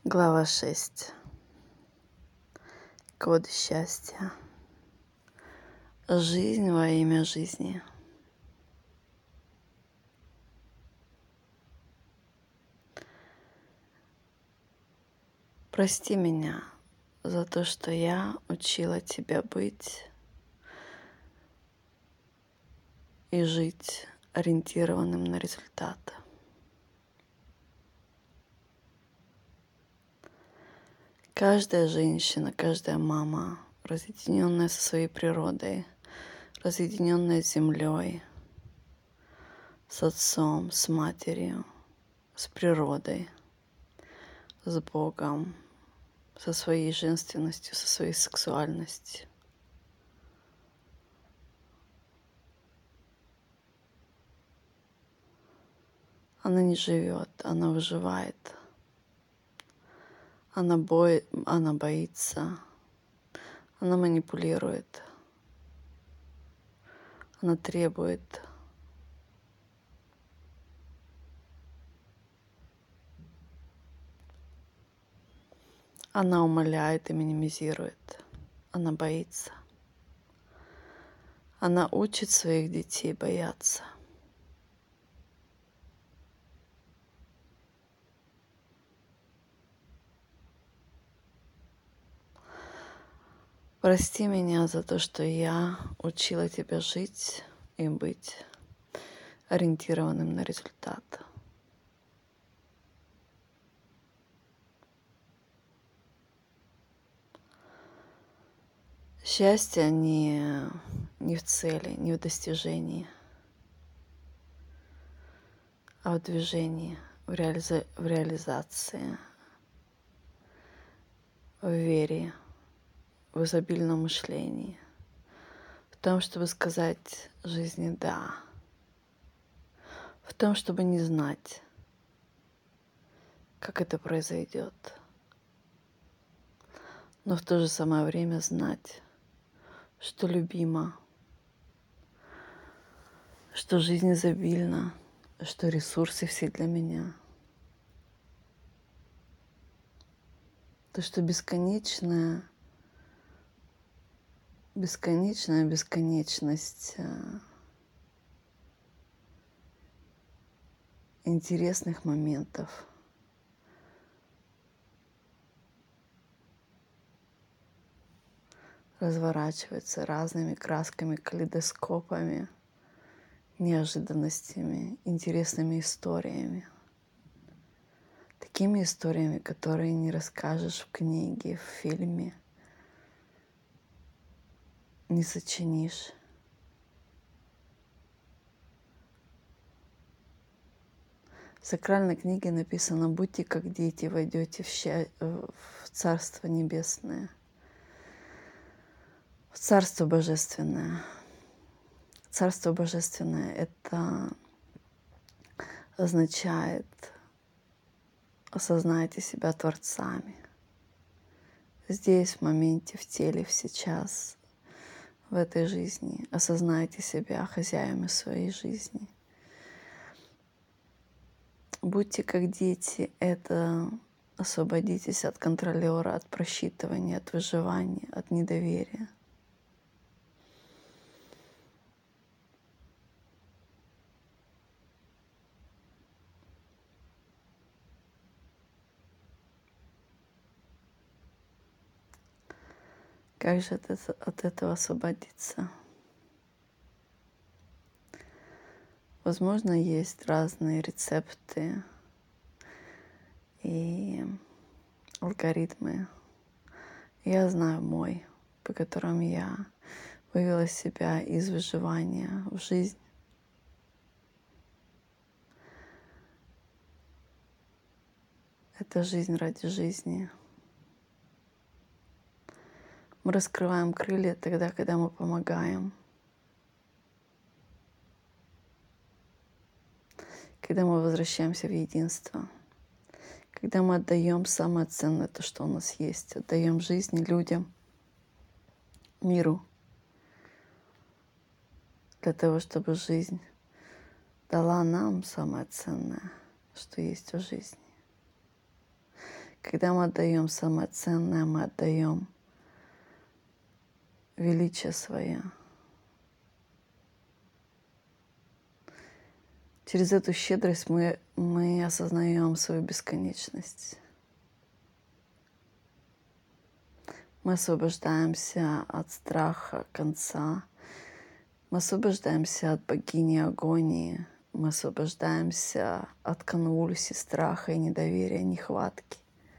Глава 6. Код счастья. Жизнь во имя жизни. Прости меня за то, что я учила тебя быть и жить ориентированным на результат. Каждая женщина, каждая мама, разъединенная со своей природой, разъединенная с землей, с отцом, с матерью, с природой, с Богом, со своей женственностью, со своей сексуальностью. Она не живет, она выживает. Она боится, она манипулирует, она требует. Она умаляет и минимизирует. Она боится. Она учит своих детей бояться. Прости меня за то, что я учила тебя жить и быть ориентированным на результат. Счастье не в цели, не в достижении, а в движении, в реализации, в вере, в изобильном мышлении, в том, чтобы сказать жизни «да», в том, чтобы не знать, как это произойдет, но в то же самое время знать, что любима, что жизнь изобильна, что ресурсы все для меня, то, что бесконечность интересных моментов разворачивается разными красками, калейдоскопами, неожиданностями, интересными историями. Такими историями, которые не расскажешь в книге, в фильме, не сочинишь. В сакральной книге написано: «Будьте как дети, войдете в Царство Небесное, в Царство Божественное». Царство Божественное — это означает: осознайте себя творцами. Здесь, в моменте, в теле, в сейчас, в этой жизни. Осознайте себя хозяевами своей жизни. Будьте как дети — это освободитесь от контролера, от просчитывания, от выживания, от недоверия. Как же от этого освободиться? Возможно, есть разные рецепты и алгоритмы. Я знаю мой, по которому я вывела себя из выживания в жизнь. Это жизнь ради жизни. Мы раскрываем крылья тогда, когда мы помогаем, когда мы возвращаемся в единство, когда мы отдаем самое ценное, то, что у нас есть, отдаем жизни, людям, миру, для того, чтобы жизнь дала нам самое ценное, что есть в жизни. Когда мы отдаем самое ценное, мы отдаем величие свое. Через эту щедрость мы осознаем свою бесконечность. Мы освобождаемся от страха конца. Мы освобождаемся от богини агонии. Мы освобождаемся от конвульсий, страха и недоверия, нехватки.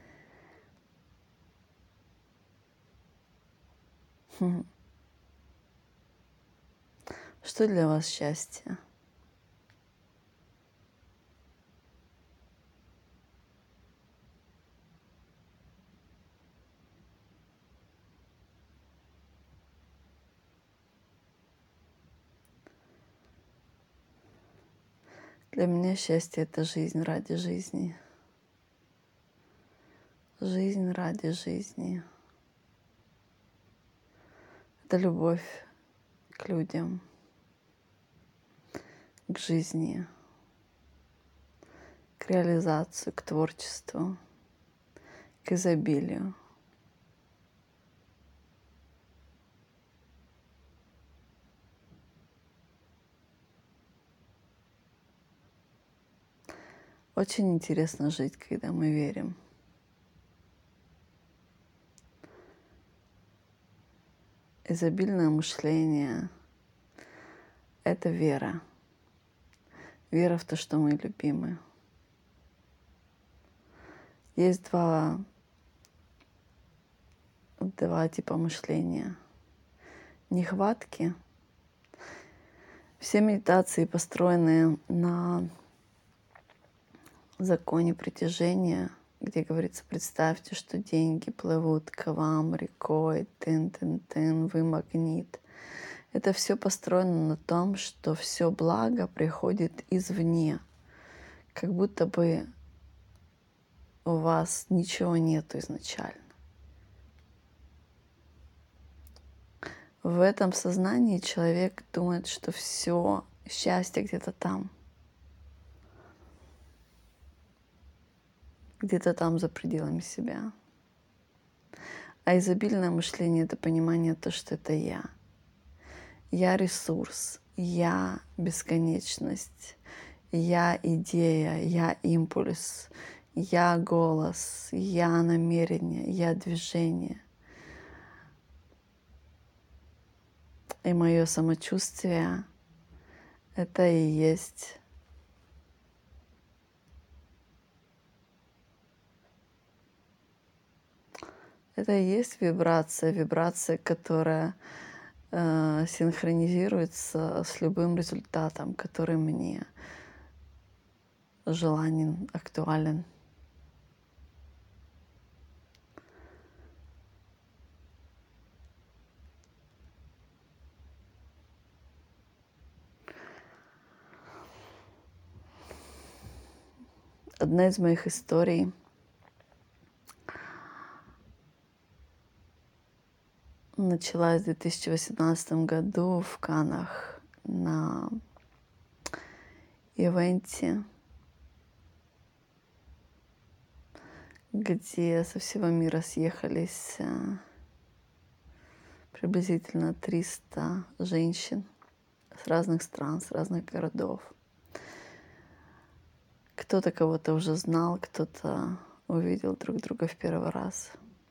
Что для вас счастье? Для меня счастье — это жизнь ради жизни. Жизнь ради жизни. Это любовь к людям, к жизни, к реализации, к творчеству, к изобилию. Очень интересно жить, когда мы верим. Изобильное мышление — это вера. Вера в то, что мы любимы. Есть два типа мышления. Нехватки. Все медитации построены на законе притяжения, где говорится: представьте, что деньги плывут к вам рекой, тын-тын-тын, вы магнит. Это все построено на том, что все благо приходит извне, как будто бы у вас ничего нету изначально. В этом сознании человек думает, что все счастье где-то там за пределами себя. А изобильное мышление — это понимание то, что это я. Я ресурс, я бесконечность, я идея, я импульс, я голос, я намерение, я движение. И мое самочувствие — это и есть вибрация, которая синхронизируется с любым результатом, который мне желанен, актуален. Одна из моих историй началась в 2018 году в Каннах на ивенте, где со всего мира съехались приблизительно 300 женщин с разных стран, с разных городов. Кто-то кого-то уже знал, кто-то увидел друг друга в первый раз.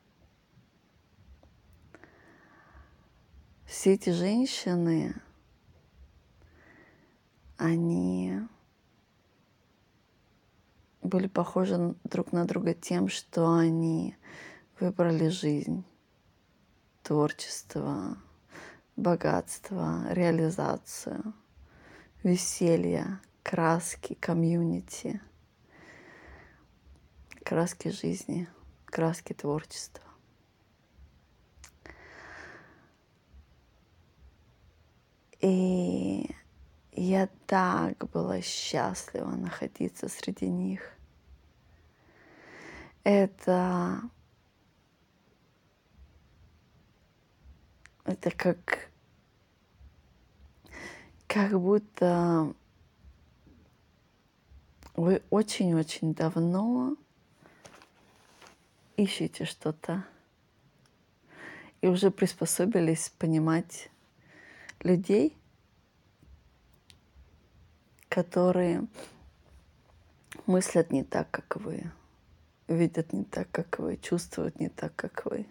Все эти женщины, они были похожи друг на друга тем, что они выбрали жизнь, творчество, богатство, реализацию, веселье, краски, комьюнити, краски жизни, краски творчества. И я так была счастлива находиться среди них. Это как будто вы очень-очень давно ищете что-то и уже приспособились понимать людей, которые мыслят не так, как вы, видят не так, как вы, чувствуют не так, как вы.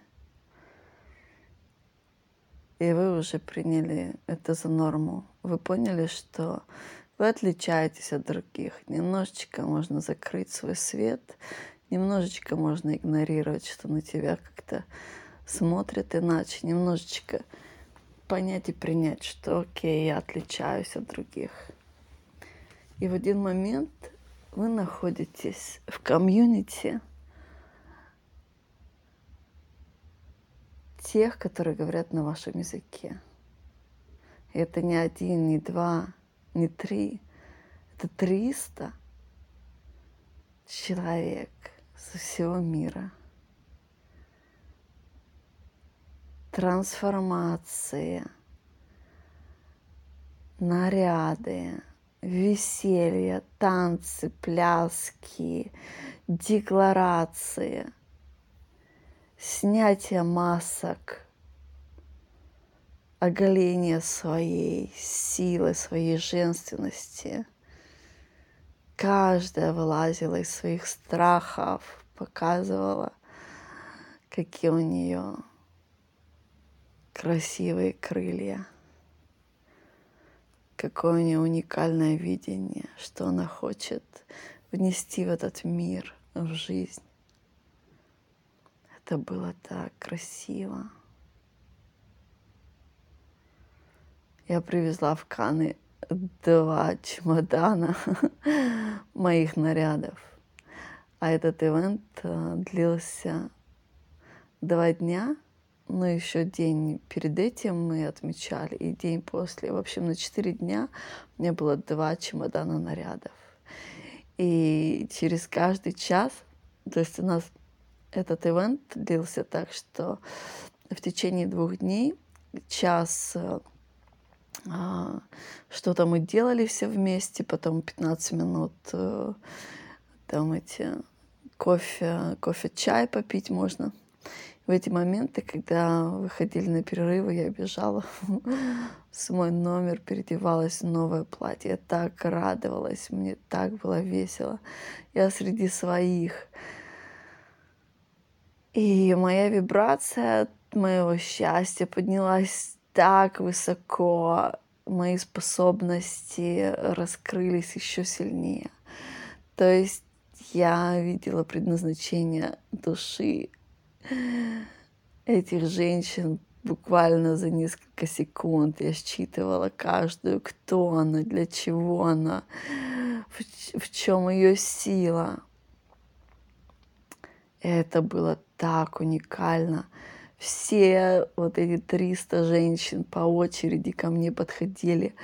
И вы уже приняли это за норму. Вы поняли, что вы отличаетесь от других. Немножечко можно закрыть свой свет, немножечко можно игнорировать, что на тебя как-то смотрят иначе, немножечко понять и принять, что окей, я отличаюсь от других. И в один момент вы находитесь в комьюнити тех, которые говорят на вашем языке. И это не один, не два, не три. Это 300 человек со всего мира. Трансформация, наряды, веселье, танцы, пляски, декларации, снятие масок, оголение своей силы, своей женственности. Каждая вылазила из своих страхов, показывала, какие у нее красивые крылья, какое у нее уникальное видение, что она хочет внести в этот мир, в жизнь. Это было так красиво. Я привезла в Канны 2 чемодана моих нарядов. А этот ивент длился 2 дня, но еще день перед этим мы отмечали, и день после. В общем, на 4 дня у меня было 2 чемодана нарядов. И через каждый час, то есть у нас этот ивент длился так, что в течение 2 дней час что-то мы делали все вместе, потом 15 минут там кофе, чай попить можно. В эти моменты, когда выходили на перерывы, я бежала в свой номер, переодевалась в новое платье. Я так радовалась, мне так было весело. Я среди своих. И моя вибрация от моего счастья поднялась так высоко, мои способности раскрылись еще сильнее. То есть я видела предназначение души этих женщин буквально за несколько секунд. Я считывала каждую, кто она, для чего она, в чем ее сила. Это было так уникально. Все вот эти 300 женщин по очереди ко мне подходили.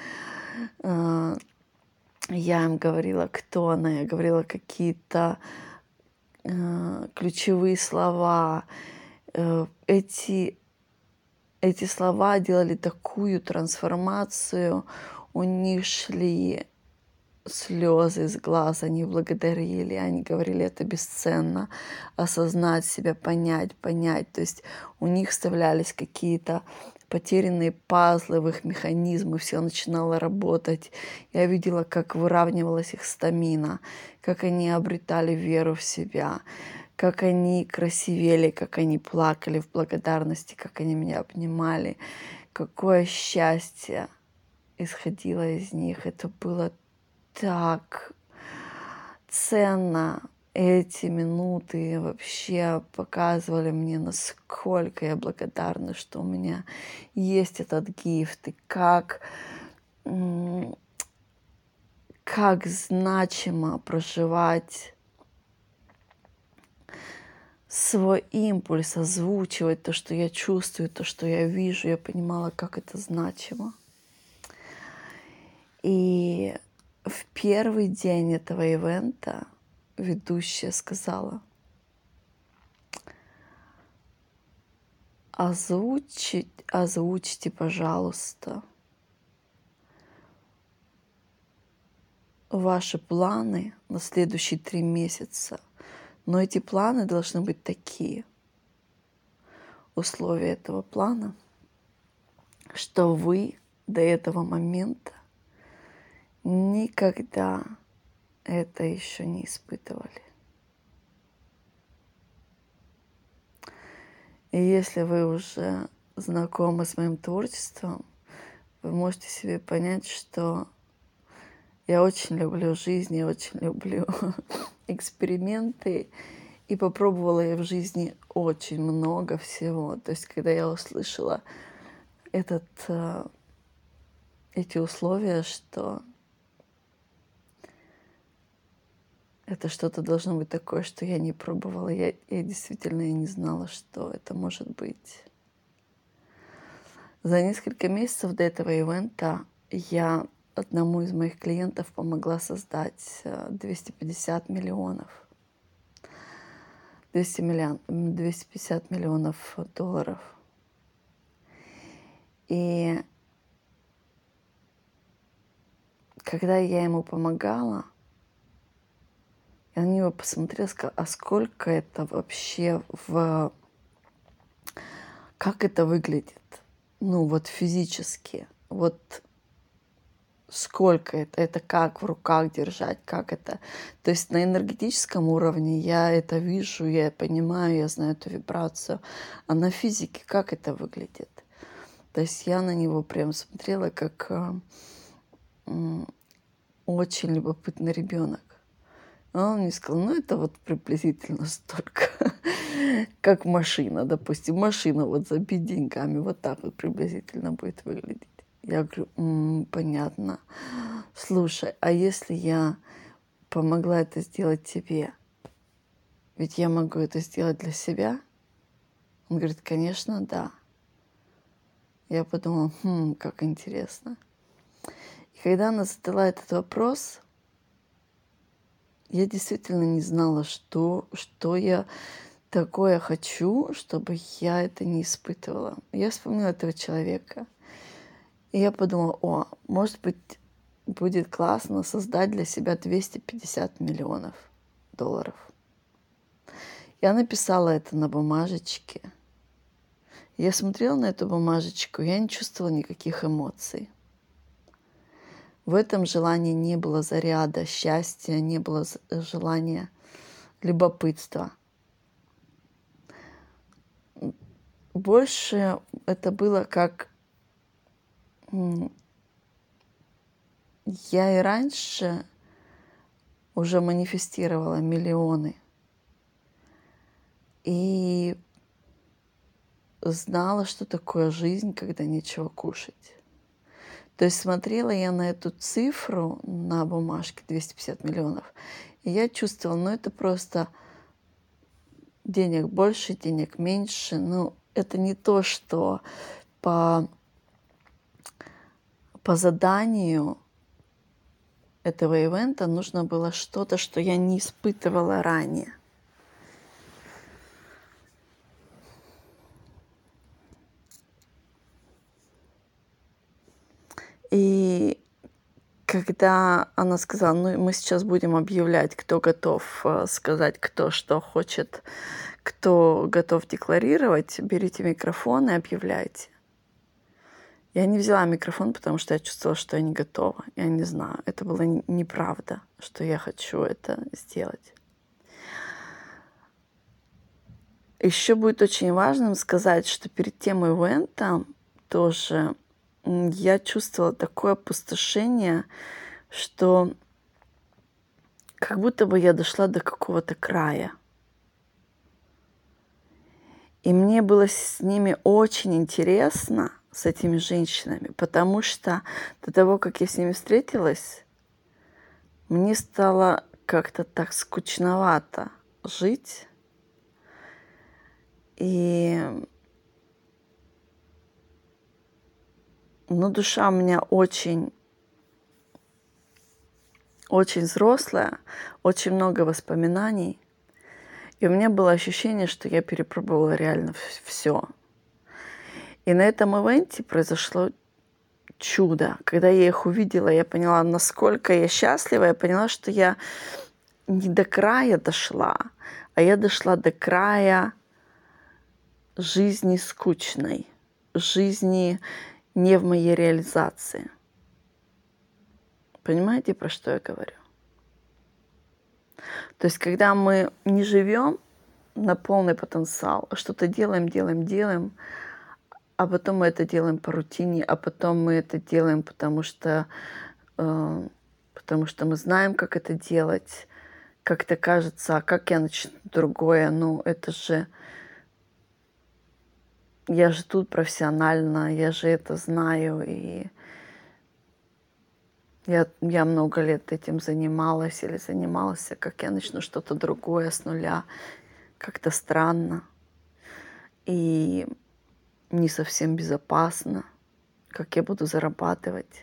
Я им говорила, кто она, я говорила какие-то ключевые слова. Эти слова делали такую трансформацию, у них шли слезы из глаз, они благодарили, они говорили, это бесценно, осознать себя, понять. То есть у них вставлялись какие-то потерянные пазлы в их механизмы, все начинало работать. Я видела, как выравнивалась их стамина, как они обретали веру в себя, как они красивели, как они плакали в благодарности, как они меня обнимали. Какое счастье исходило из них. Это было так ценно. Эти минуты вообще показывали мне, насколько я благодарна, что у меня есть этот гифт, и как значимо проживать свой импульс, озвучивать то, что я чувствую, то, что я вижу. Я понимала, как это значимо. И в первый день этого ивента ведущая сказала: озвучьте, пожалуйста, ваши планы на следующие 3 месяца, Но эти планы должны быть такие. Условия этого плана, что вы до этого момента никогда это еще не испытывали. И если вы уже знакомы с моим творчеством, вы можете себе понять, что я очень люблю жизнь, я очень люблю эксперименты. И попробовала я в жизни очень много всего. То есть, когда я услышала эти условия, что это что-то должно быть такое, что я не пробовала, я действительно и не знала, что это может быть. За несколько месяцев до этого ивента я одному из моих клиентов помогла создать 250 миллионов. 250 миллионов долларов. И когда я ему помогала, я на него посмотрела и сказала, а сколько это вообще как это выглядит? Ну вот физически. Вот сколько это как в руках держать, как это. То есть на энергетическом уровне я это вижу, я понимаю, я знаю эту вибрацию. А на физике как это выглядит? То есть я на него прям смотрела как очень любопытный ребенок. А он мне сказал, ну это вот приблизительно столько, как машина, допустим. Машина вот забить деньгами, вот так вот приблизительно будет выглядеть. Я говорю, понятно. Слушай, а если я помогла это сделать тебе, ведь я могу это сделать для себя? Он говорит, конечно, да. Я подумала, как интересно. И когда она задала этот вопрос, я действительно не знала, что я такое хочу, чтобы я это не испытывала. Я вспомнила этого человека. И я подумала, может быть, будет классно создать для себя 250 миллионов долларов. Я написала это на бумажечке. Я смотрела на эту бумажечку, я не чувствовала никаких эмоций. В этом желании не было заряда счастья, не было желания любопытства. Больше это было как я и раньше уже манифестировала миллионы. И знала, что такое жизнь, когда нечего кушать. То есть смотрела я на эту цифру на бумажке 250 миллионов, и я чувствовала, это просто денег больше, денег меньше. Это не то, что по заданию этого ивента нужно было что-то, что я не испытывала ранее. И когда она сказала, мы сейчас будем объявлять, кто готов сказать, кто что хочет, кто готов декларировать, берите микрофон и объявляйте. Я не взяла микрофон, потому что я чувствовала, что я не готова. Я не знаю, это было неправда, что я хочу это сделать. Еще будет очень важным сказать, что перед тем ивентом тоже я чувствовала такое опустошение, что как будто бы я дошла до какого-то края. И мне было с ними очень интересно, с этими женщинами, потому что до того, как я с ними встретилась, мне стало как-то так скучновато жить. И душа у меня очень взрослая, очень много воспоминаний. И у меня было ощущение, что я перепробовала реально все. И на этом ивенте произошло чудо. Когда я их увидела, я поняла, насколько я счастлива. Я поняла, что я не до края дошла, а я дошла до края жизни скучной, жизни не в моей реализации. Понимаете, про что я говорю? То есть, когда мы не живем на полный потенциал, а что-то делаем, а потом мы это делаем по рутине, а потом мы это делаем, потому что мы знаем, как это делать, как-то кажется, а как я начну другое, ну это же, я же тут профессионально, я же это знаю, и я много лет этим занималась или занималась, как я начну что-то другое с нуля, как-то странно и не совсем безопасно, как я буду зарабатывать.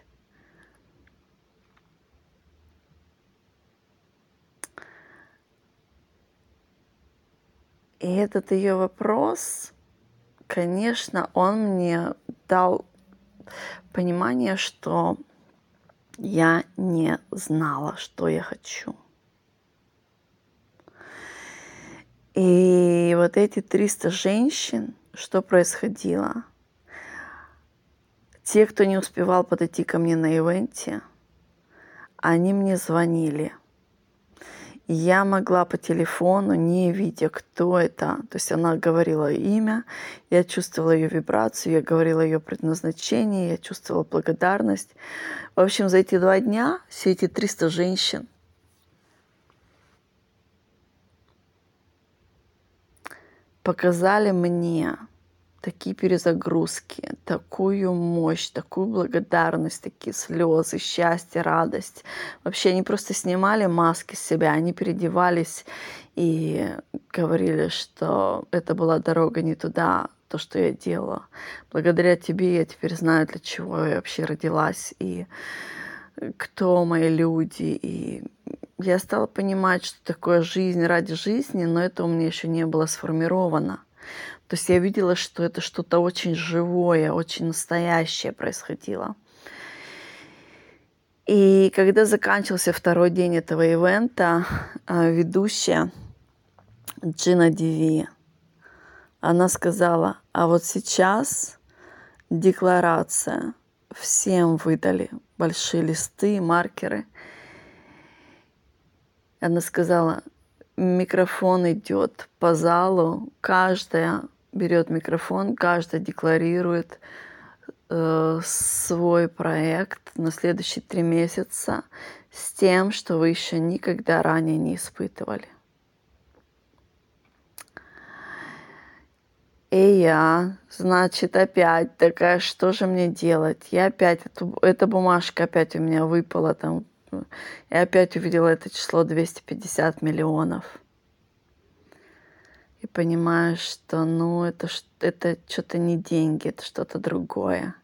И этот ее вопрос, конечно, он мне дал понимание, что я не знала, что я хочу. И вот эти 300 женщин, что происходило? Те, кто не успевал подойти ко мне на ивенте, они мне звонили. Я могла по телефону, не видя, кто это, то есть она говорила имя, я чувствовала ее вибрацию, я говорила ее предназначение, я чувствовала благодарность. В общем, за эти 2 дня все эти 300 женщин показали мне такие перезагрузки, такую мощь, такую благодарность, такие слезы, счастье, радость. Вообще они просто снимали маски с себя, они переодевались и говорили, что это была дорога не туда, то, что я делала. Благодаря тебе я теперь знаю, для чего я вообще родилась и кто мои люди. И я стала понимать, что такое жизнь ради жизни, но это у меня еще не было сформировано. То есть я видела, что это что-то очень живое, очень настоящее происходило. И когда заканчивался 2-й день этого ивента, ведущая Джина Диви, она сказала, а вот сейчас декларация. Всем выдали большие листы, маркеры. Она сказала, микрофон идет по залу, каждая берет микрофон, каждая декларирует свой проект на следующие 3 месяца с тем, что вы еще никогда ранее не испытывали. И я, значит, опять такая, что же мне делать? Я опять, эта бумажка опять у меня выпала там. Я опять увидела это число 250 миллионов. И понимаю, что ну это что-то не деньги, это что-то другое.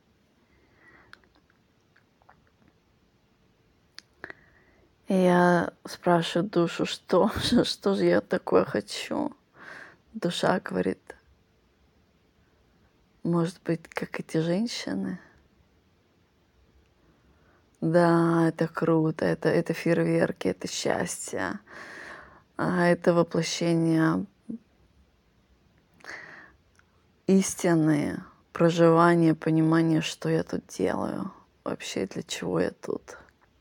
И я спрашиваю душу, что же я такое хочу? Душа говорит, может быть, как эти женщины? Да, это круто, это фейерверки, это счастье, это воплощение истины, проживание, понимание, что я тут делаю, вообще для чего я тут.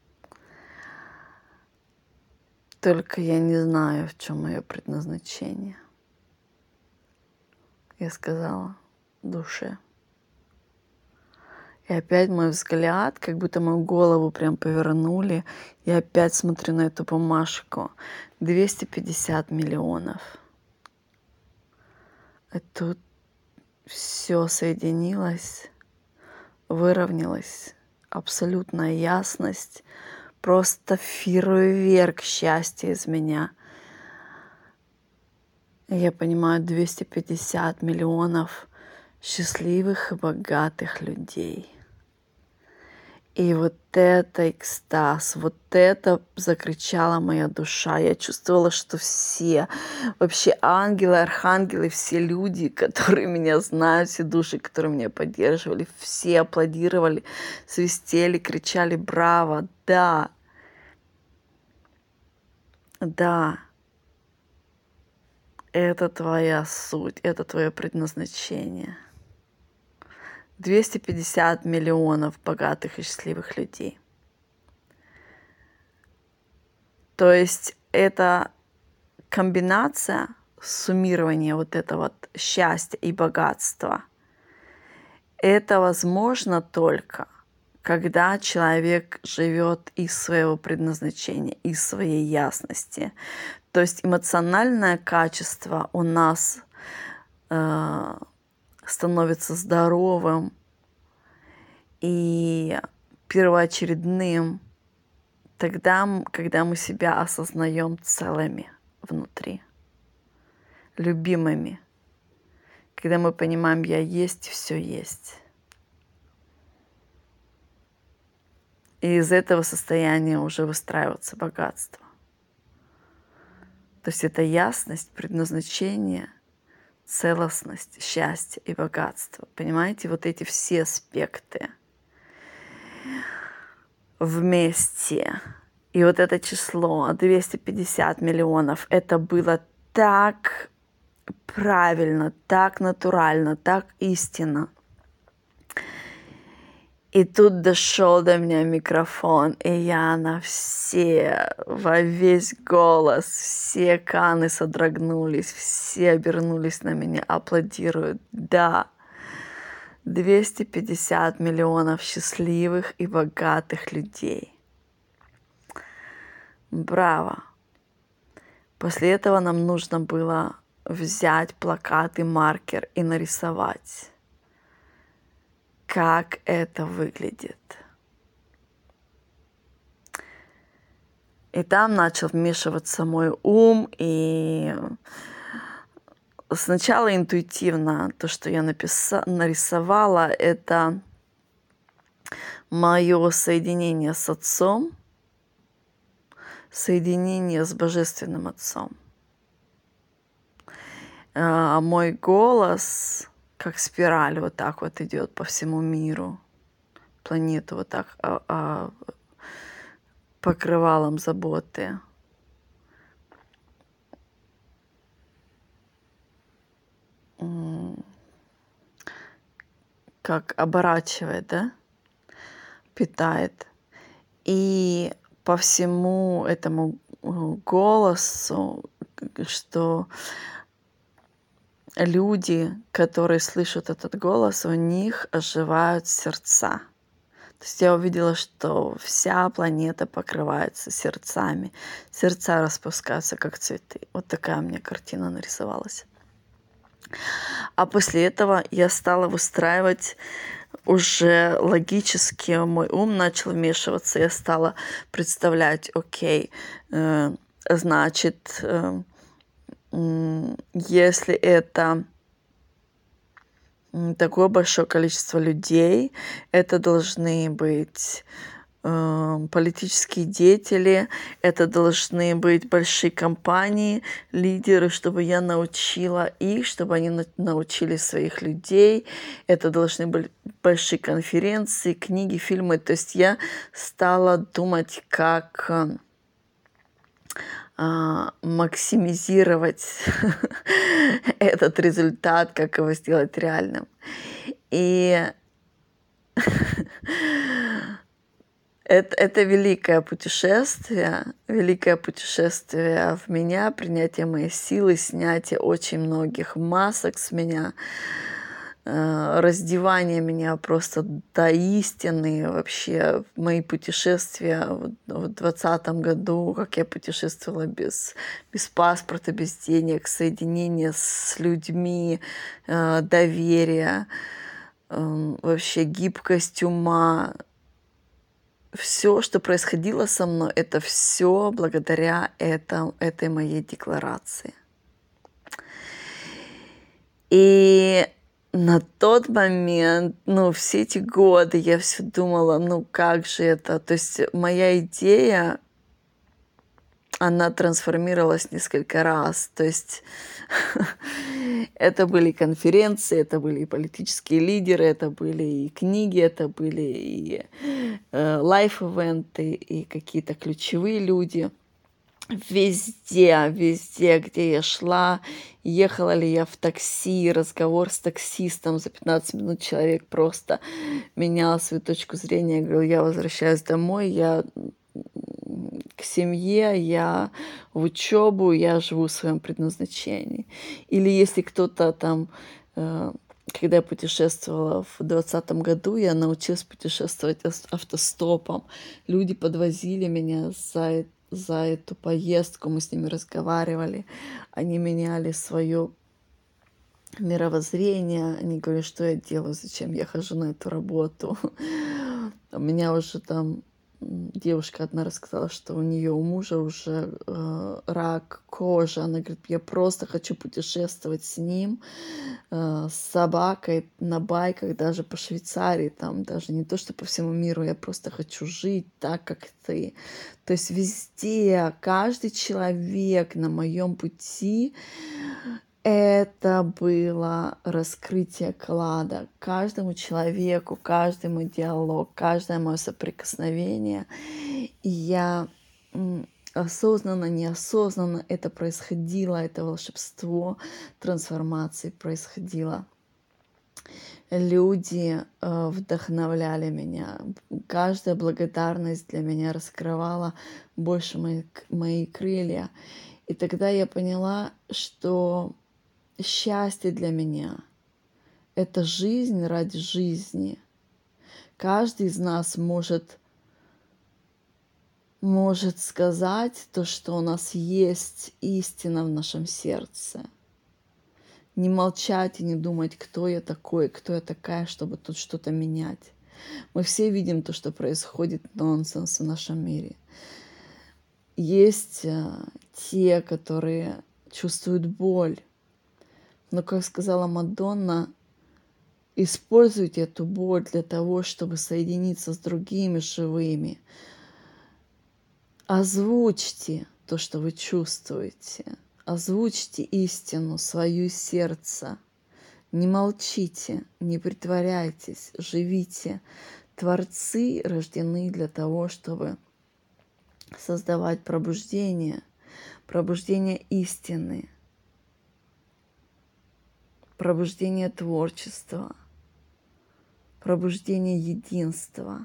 Только я не знаю, в чем мое предназначение. Я сказала душе. И опять мой взгляд, как будто мою голову прям повернули. Я опять смотрю на эту бумажку. 250 миллионов. И тут все соединилось, выровнялось. Абсолютная ясность. Просто фейерверк счастья из меня. И я понимаю, 250 миллионов счастливых и богатых людей. И вот это экстаз, вот это закричала моя душа. Я чувствовала, что все, вообще ангелы, архангелы, все люди, которые меня знают, все души, которые меня поддерживали, все аплодировали, свистели, кричали «Браво!» Да, Это твоя суть, это твое предназначение. 250 миллионов богатых и счастливых людей. То есть это комбинация, суммирование вот этого вот счастья и богатства. Это возможно только, когда человек живет из своего предназначения, из своей ясности. То есть эмоциональное качество у нас становится здоровым и первоочередным тогда, когда мы себя осознаем целыми внутри, любимыми, когда мы понимаем, я есть, все есть. И из этого состояния уже выстраивается богатство. То есть это ясность, предназначение, целостность, счастье и богатство. Понимаете, вот эти все аспекты вместе. И вот это число 250 миллионов, это было так правильно, так натурально, так истинно. И тут дошел до меня микрофон, и я во весь голос, все каны содрогнулись, все обернулись на меня, аплодируют. Да, 250 миллионов счастливых и богатых людей. Браво! После этого нам нужно было взять плакат и маркер и нарисовать, как это выглядит. И там начал вмешиваться мой ум, и сначала интуитивно то, что я нарисовала, это мое соединение с Отцом, соединение с Божественным Отцом. А мой голос, как спираль, вот так вот идет по всему миру, планету вот так покрывалом заботы. Как оборачивает, да? Питает. И по всему этому голосу, что люди, которые слышат этот голос, у них оживают сердца. То есть я увидела, что вся планета покрывается сердцами. Сердца распускаются, как цветы. Вот такая у меня картина нарисовалась. А после этого я стала выстраивать уже логически, мой ум начал вмешиваться. Я стала представлять, окей, значит, если это такое большое количество людей, это должны быть политические деятели, это должны быть большие компании, лидеры, чтобы я научила их, чтобы они научили своих людей. Это должны быть большие конференции, книги, фильмы. То есть я стала думать, как максимизировать этот результат, как его сделать реальным. И это великое путешествие в меня, принятие моей силы, снятие очень многих масок с меня, раздевание меня просто до истины. Вообще мои путешествия в 2020 году, как я путешествовала без паспорта, без денег, соединение с людьми, доверие, вообще гибкость ума. Все, что происходило со мной, это все благодаря этой моей декларации. И на тот момент, все эти годы я все думала, как же это? То есть моя идея, она трансформировалась несколько раз. То есть это были конференции, это были и политические лидеры, это были и книги, это были и лайф-ивенты, и какие-то ключевые люди. везде, где я шла, ехала ли я в такси, разговор с таксистом, за 15 минут человек просто менял свою точку зрения, я говорил, я возвращаюсь домой, я к семье, я в учебу, я живу в своем предназначении. Или если кто-то там, когда я путешествовала в 2020 году, я научилась путешествовать автостопом. Люди подвозили меня за эту поездку, мы с ними разговаривали, они меняли свое мировоззрение, они говорят, что я делаю, зачем я хожу на эту работу. У меня уже там девушка одна рассказала, что у нее у мужа уже рак кожи. Она говорит, я просто хочу путешествовать с ним, с собакой на байках, даже по Швейцарии, там даже не то, что по всему миру, я просто хочу жить так, как ты. То есть везде, каждый человек на моем пути, это было раскрытие клада. Каждому человеку, каждый мой диалог, каждое мое соприкосновение. И я осознанно, неосознанно это происходило, это волшебство трансформации происходило. Люди вдохновляли меня. Каждая благодарность для меня раскрывала больше мои крылья. И тогда я поняла, что счастье для меня — это жизнь ради жизни. Каждый из нас может сказать то, что у нас есть истина в нашем сердце. Не молчать и не думать, кто я такой, кто я такая, чтобы тут что-то менять. Мы все видим то, что происходит нонсенс в нашем мире. Есть те, которые чувствуют боль. Но, как сказала Мадонна, используйте эту боль для того, чтобы соединиться с другими живыми. Озвучьте то, что вы чувствуете. Озвучьте истину, свое сердце. Не молчите, не притворяйтесь, живите. Творцы рождены для того, чтобы создавать пробуждение истины, пробуждение творчества, пробуждение единства,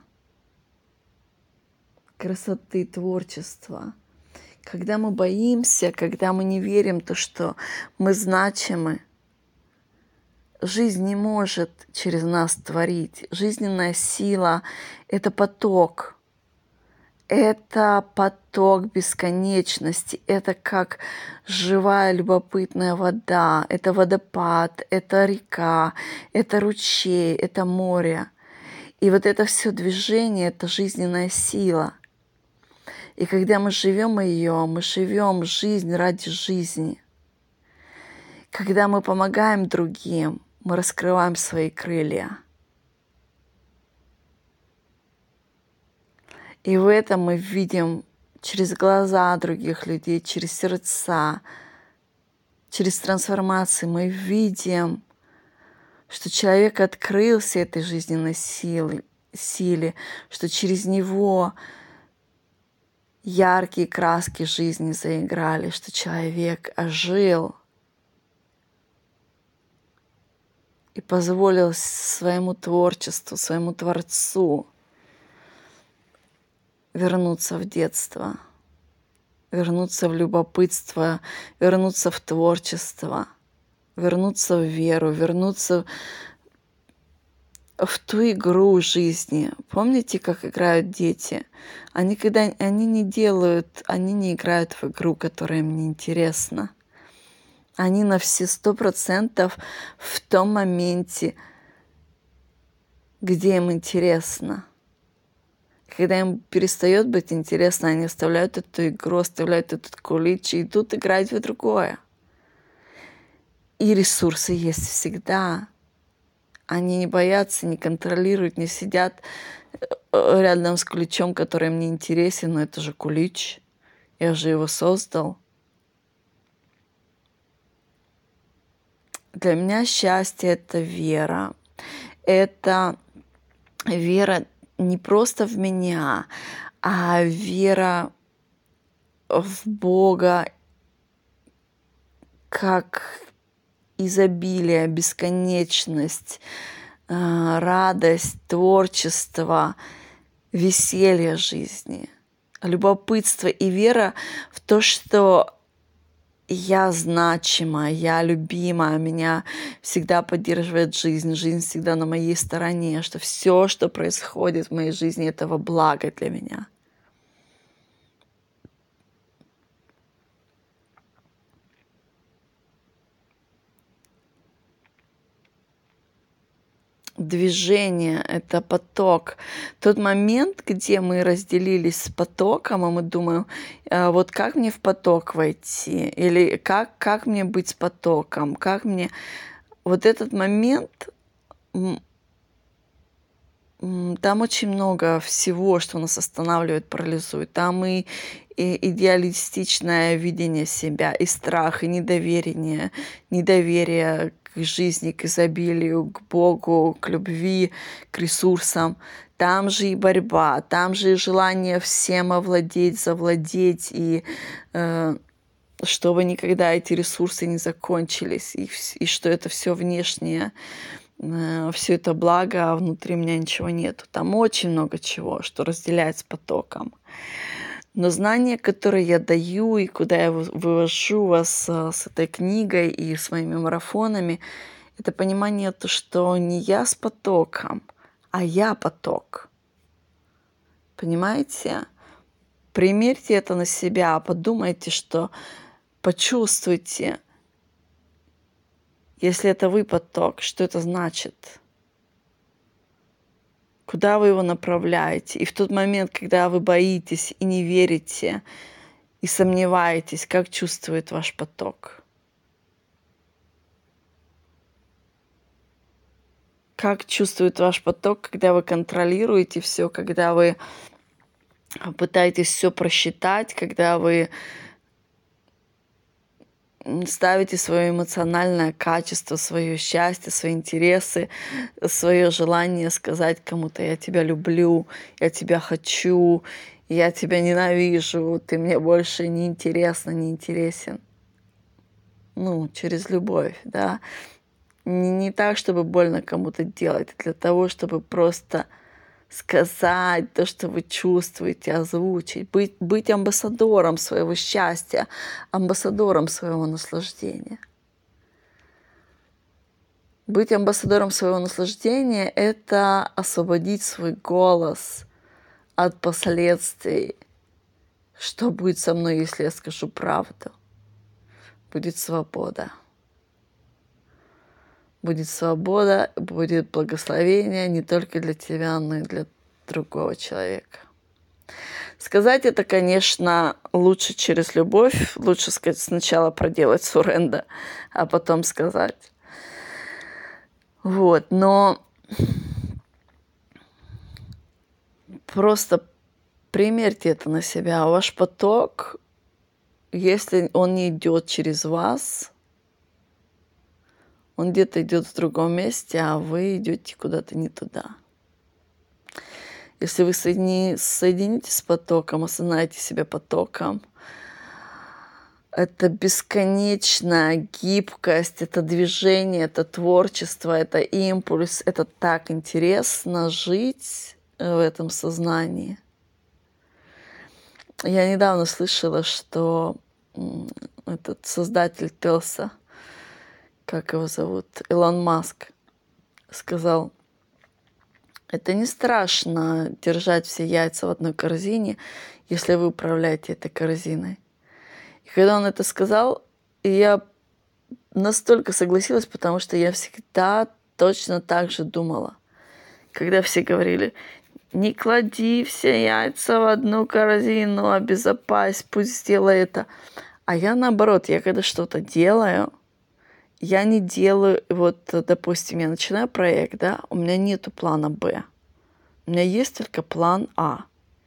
красоты, творчества. Когда мы боимся, когда мы не верим в то, что мы значимы, жизнь не может через нас творить. Жизненная сила — это поток. Это поток бесконечности, это как живая любопытная вода, это водопад, это река, это ручей, это море. И вот это все движение, это жизненная сила. И когда мы живем ее, мы живем жизнь ради жизни. Когда мы помогаем другим, мы раскрываем свои крылья. И в этом мы видим через глаза других людей, через сердца, через трансформации мы видим, что человек открылся этой жизненной силе, что через него яркие краски жизни заиграли, что человек ожил и позволил своему творчеству, своему Творцу вернуться в детство, вернуться в любопытство, вернуться в творчество, вернуться в веру, вернуться в ту игру жизни. Помните, как играют дети? Они не играют в игру, которая им не интересна. Они на все 100% в том моменте, где им интересно. Когда им перестает быть интересно, они оставляют эту игру, оставляют этот кулич и идут играть в другое. И ресурсы есть всегда. Они не боятся, не контролируют, не сидят рядом с куличом, который им не интересен, но это же кулич. Я же его создал. Для меня счастье — это вера. Это вера не просто в меня, а вера в Бога как изобилие, бесконечность, радость, творчество, веселье жизни, любопытство и вера в то, что я значима, я любима, меня всегда поддерживает жизнь, жизнь всегда на моей стороне, что все, что происходит в моей жизни, это во благо для меня. Движение — это поток. Тот момент, где мы разделились с потоком, и мы думаем, вот как мне в поток войти, или как мне быть с потоком, как мне... Вот этот момент, там очень много всего, что нас останавливает, парализует. Там и идеалистичное видение себя, и страх, и недоверие к жизни, к изобилию, к Богу, к любви, к ресурсам. Там же и борьба, там же и желание всем овладеть, завладеть, и чтобы никогда эти ресурсы не закончились, и что это все внешнее, все это благо, а внутри меня ничего нету. Там очень много чего, что разделяет с потоком. Но знания, которые я даю и куда я вывожу вас с этой книгой и своими марафонами, это понимание, то, что не я с потоком, а я поток. Понимаете? Примерьте это на себя, подумайте, что почувствуйте, если это вы поток, что это значит? Куда вы его направляете? И в тот момент, когда вы боитесь и не верите, и сомневаетесь, как чувствует ваш поток? Как чувствует ваш поток, когда вы контролируете все, когда вы пытаетесь все просчитать, когда вы ставите свое эмоциональное качество, свое счастье, свои интересы, свое желание сказать кому-то: я тебя люблю, я тебя хочу, я тебя ненавижу, ты мне больше не интересна, не интересен. Через любовь, да. Не так, чтобы больно кому-то делать, а для того, чтобы просто сказать то, что вы чувствуете, озвучить, быть амбассадором своего счастья, амбассадором своего наслаждения. Быть амбассадором своего наслаждения — это освободить свой голос от последствий. Что будет со мной, если я скажу правду? Будет свобода. Будет свобода, будет благословение не только для тебя, но и для другого человека. Сказать это, конечно, лучше через любовь. Лучше сказать сначала проделать суренда, а потом сказать. Но просто примерьте это на себя. Ваш поток, если он не идет через вас, он где-то идет в другом месте, а вы идете куда-то не туда. Если вы соединитесь с потоком, осознаете себя потоком, это бесконечная гибкость, это движение, это творчество, это импульс. Это так интересно жить в этом сознании. Я недавно слышала, что этот создатель Телса, как его зовут, Илон Маск, сказал: это не страшно держать все яйца в одной корзине, если вы управляете этой корзиной. И когда он это сказал, я настолько согласилась, потому что я всегда точно так же думала. Когда все говорили: не клади все яйца в одну корзину, обезопась, пусть сделай это. А я наоборот, я когда что-то делаю, я не делаю, допустим, я начинаю проект, да, у меня нету плана Б. У меня есть только план А.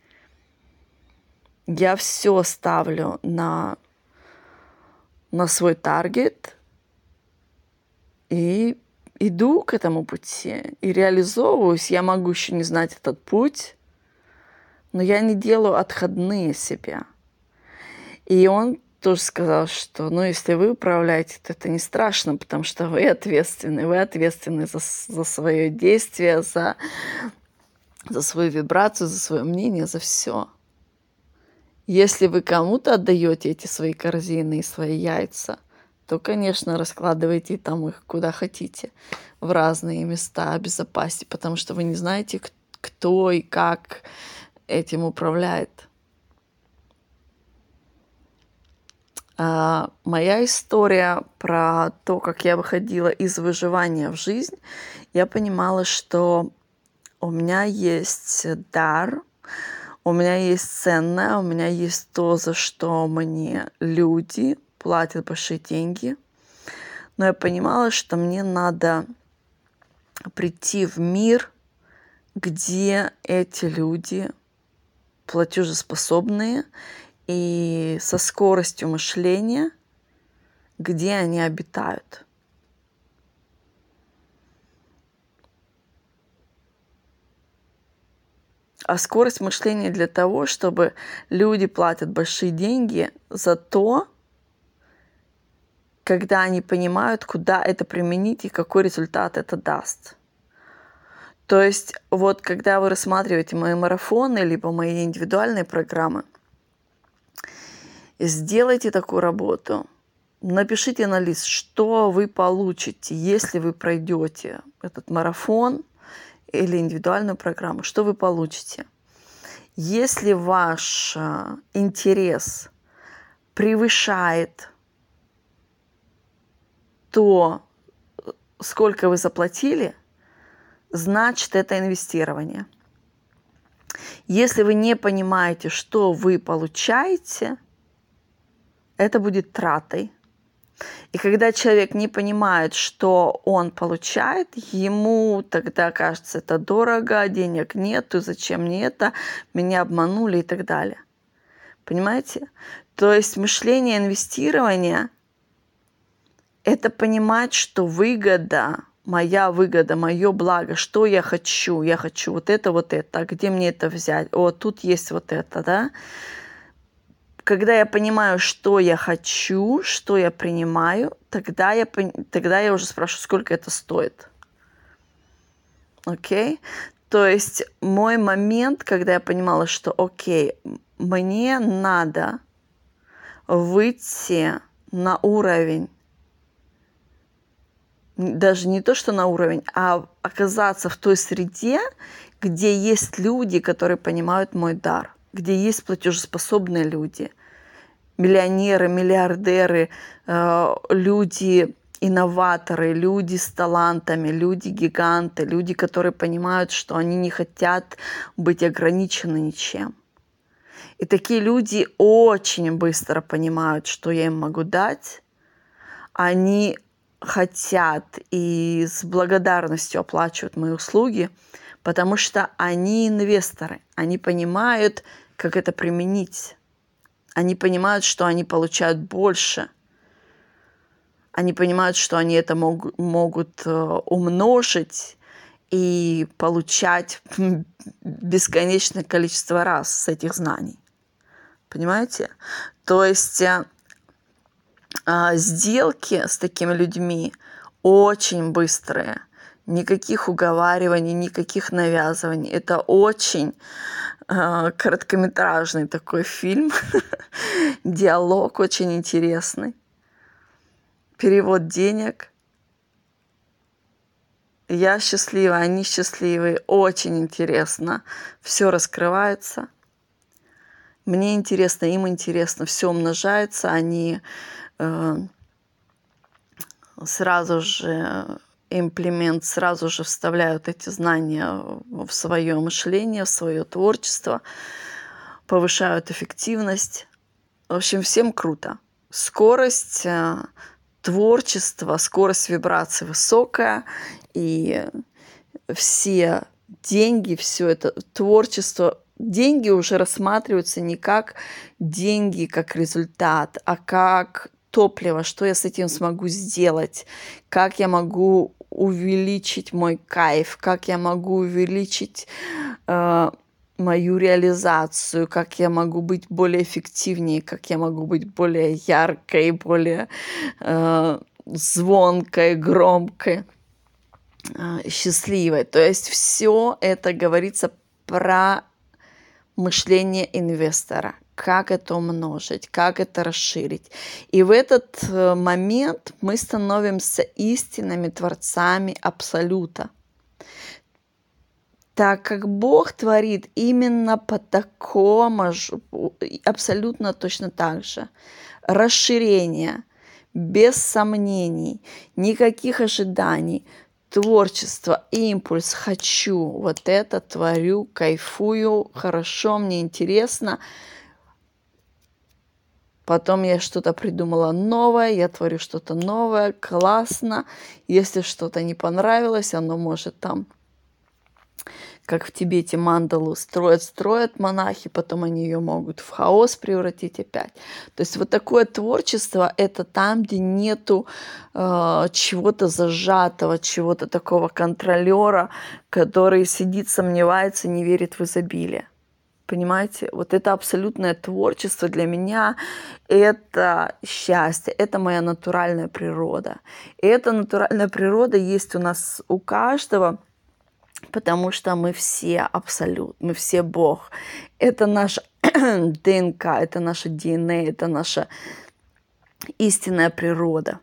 Я все ставлю на свой таргет и иду к этому пути, и реализовываюсь. Я могу еще не знать этот путь, но я не делаю отходные себя. И он тоже сказал, что, ну, если вы управляете, то это не страшно, потому что вы ответственны за свое действие, за свою вибрацию, за свое мнение, за все. Если вы кому-то отдаете эти свои корзины и свои яйца, то, конечно, раскладывайте там их куда хотите, в разные места, обезопасьте, потому что вы не знаете, кто и как этим управляет. Моя история про то, как я выходила из выживания в жизнь, я понимала, что у меня есть дар, у меня есть ценное, у меня есть то, за что мне люди платят большие деньги. Но я понимала, что мне надо прийти в мир, где эти люди платежеспособные и со скоростью мышления, где они обитают. А скорость мышления для того, чтобы люди платят большие деньги за то, когда они понимают, куда это применить и какой результат это даст. То есть вот когда вы рассматриваете мои марафоны либо мои индивидуальные программы, сделайте такую работу. Напишите на лист, что вы получите, если вы пройдете этот марафон или индивидуальную программу, что вы получите. Если ваш интерес превышает то, сколько вы заплатили, значит, это инвестирование. Если вы не понимаете, что вы получаете, это будет тратой. И когда человек не понимает, что он получает, ему тогда кажется, это дорого, денег нету, зачем мне это, меня обманули и так далее. Понимаете? То есть мышление инвестирования – это понимать, что выгода, мое благо, что я хочу вот это, а где мне это взять, тут есть вот это, да? Когда я понимаю, что я хочу, что я принимаю, тогда я уже спрашиваю, сколько это стоит. Окей? То есть мой момент, когда я понимала, что мне надо выйти на уровень, даже не то, что на уровень, а оказаться в той среде, где есть люди, которые понимают мой дар, где есть платежеспособные люди, миллионеры, миллиардеры, люди, инноваторы, люди с талантами, люди-гиганты, люди, которые понимают, что они не хотят быть ограничены ничем. И такие люди очень быстро понимают, что я им могу дать. Они хотят и с благодарностью оплачивают мои услуги, потому что они инвесторы. Они понимают, как это применить. Они понимают, что они получают больше. Они понимают, что они это могут умножить и получать бесконечное количество раз с этих знаний. Понимаете? То есть сделки с такими людьми очень быстрые. Никаких уговариваний, никаких навязываний. Это очень короткометражный такой фильм. Диалог очень интересный. Перевод денег. Я счастлива, они счастливы. Очень интересно. Все раскрывается. Мне интересно, им интересно. Все умножается. Они сразу же сразу же вставляют эти знания в свое мышление, в свое творчество, повышают эффективность. В общем, всем круто. Скорость творчества, скорость вибрации высокая, и все деньги, все это творчество, деньги уже рассматриваются не как деньги, как результат, а как топливо, что я с этим смогу сделать, как я могу увеличить мой кайф, как я могу увеличить мою реализацию, как я могу быть более эффективнее, как я могу быть более яркой, более звонкой, громкой, счастливой. То есть все это говорится про мышление инвестора, как это умножить, как это расширить. И в этот момент мы становимся истинными творцами Абсолюта. Так как Бог творит именно по такому же, абсолютно точно так же. Расширение, без сомнений, никаких ожиданий, творчество, импульс, хочу, вот это творю, кайфую, хорошо, мне интересно. Потом я что-то придумала новое, я творю что-то новое, классно. Если что-то не понравилось, оно может там, как в Тибете, мандалу строят монахи, потом они ее могут в хаос превратить опять. То есть вот такое творчество – это там, где нету чего-то зажатого, чего-то такого контролера, который сидит, сомневается, не верит в изобилие. Понимаете? Вот это абсолютное творчество для меня – это счастье, это моя натуральная природа. И эта натуральная природа есть у нас у каждого, потому что мы все абсолют, мы все Бог. Это наша ДНК, это наша ДНК, это наша истинная природа.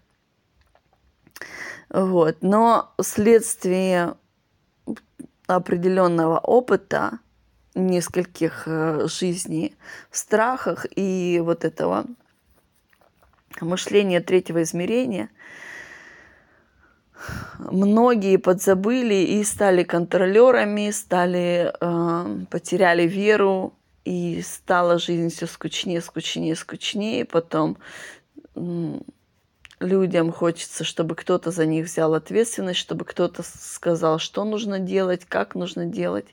Вот. Но вследствие определенного опыта, нескольких жизней в страхах и вот этого мышления третьего измерения, многие подзабыли и стали контролерами, потеряли веру, и стала жизнь все скучнее, скучнее, скучнее. Потом людям хочется, чтобы кто-то за них взял ответственность, чтобы кто-то сказал, что нужно делать, как нужно делать.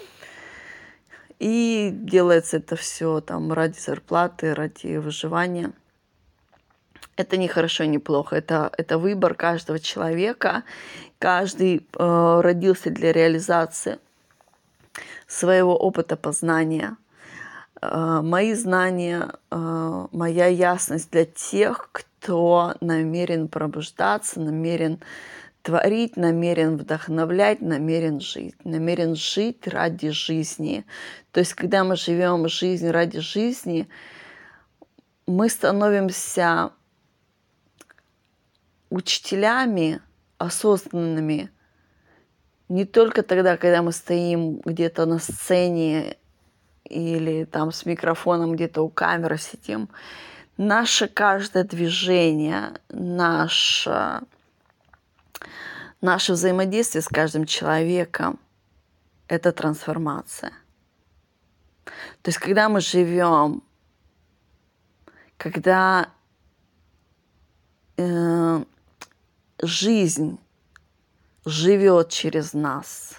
И делается это все там ради зарплаты, ради выживания. Это не хорошо, не плохо. Это выбор каждого человека. Каждый родился для реализации своего опыта познания. Мои знания, моя ясность для тех, кто намерен пробуждаться, намерен творить, намерен вдохновлять, намерен жить ради жизни. То есть, когда мы живем жизнь ради жизни, мы становимся учителями осознанными не только тогда, когда мы стоим где-то на сцене или там с микрофоном где-то у камеры сидим. Наше каждое движение, наше взаимодействие с каждым человеком – это трансформация. То есть, когда мы живем, когда жизнь живет через нас,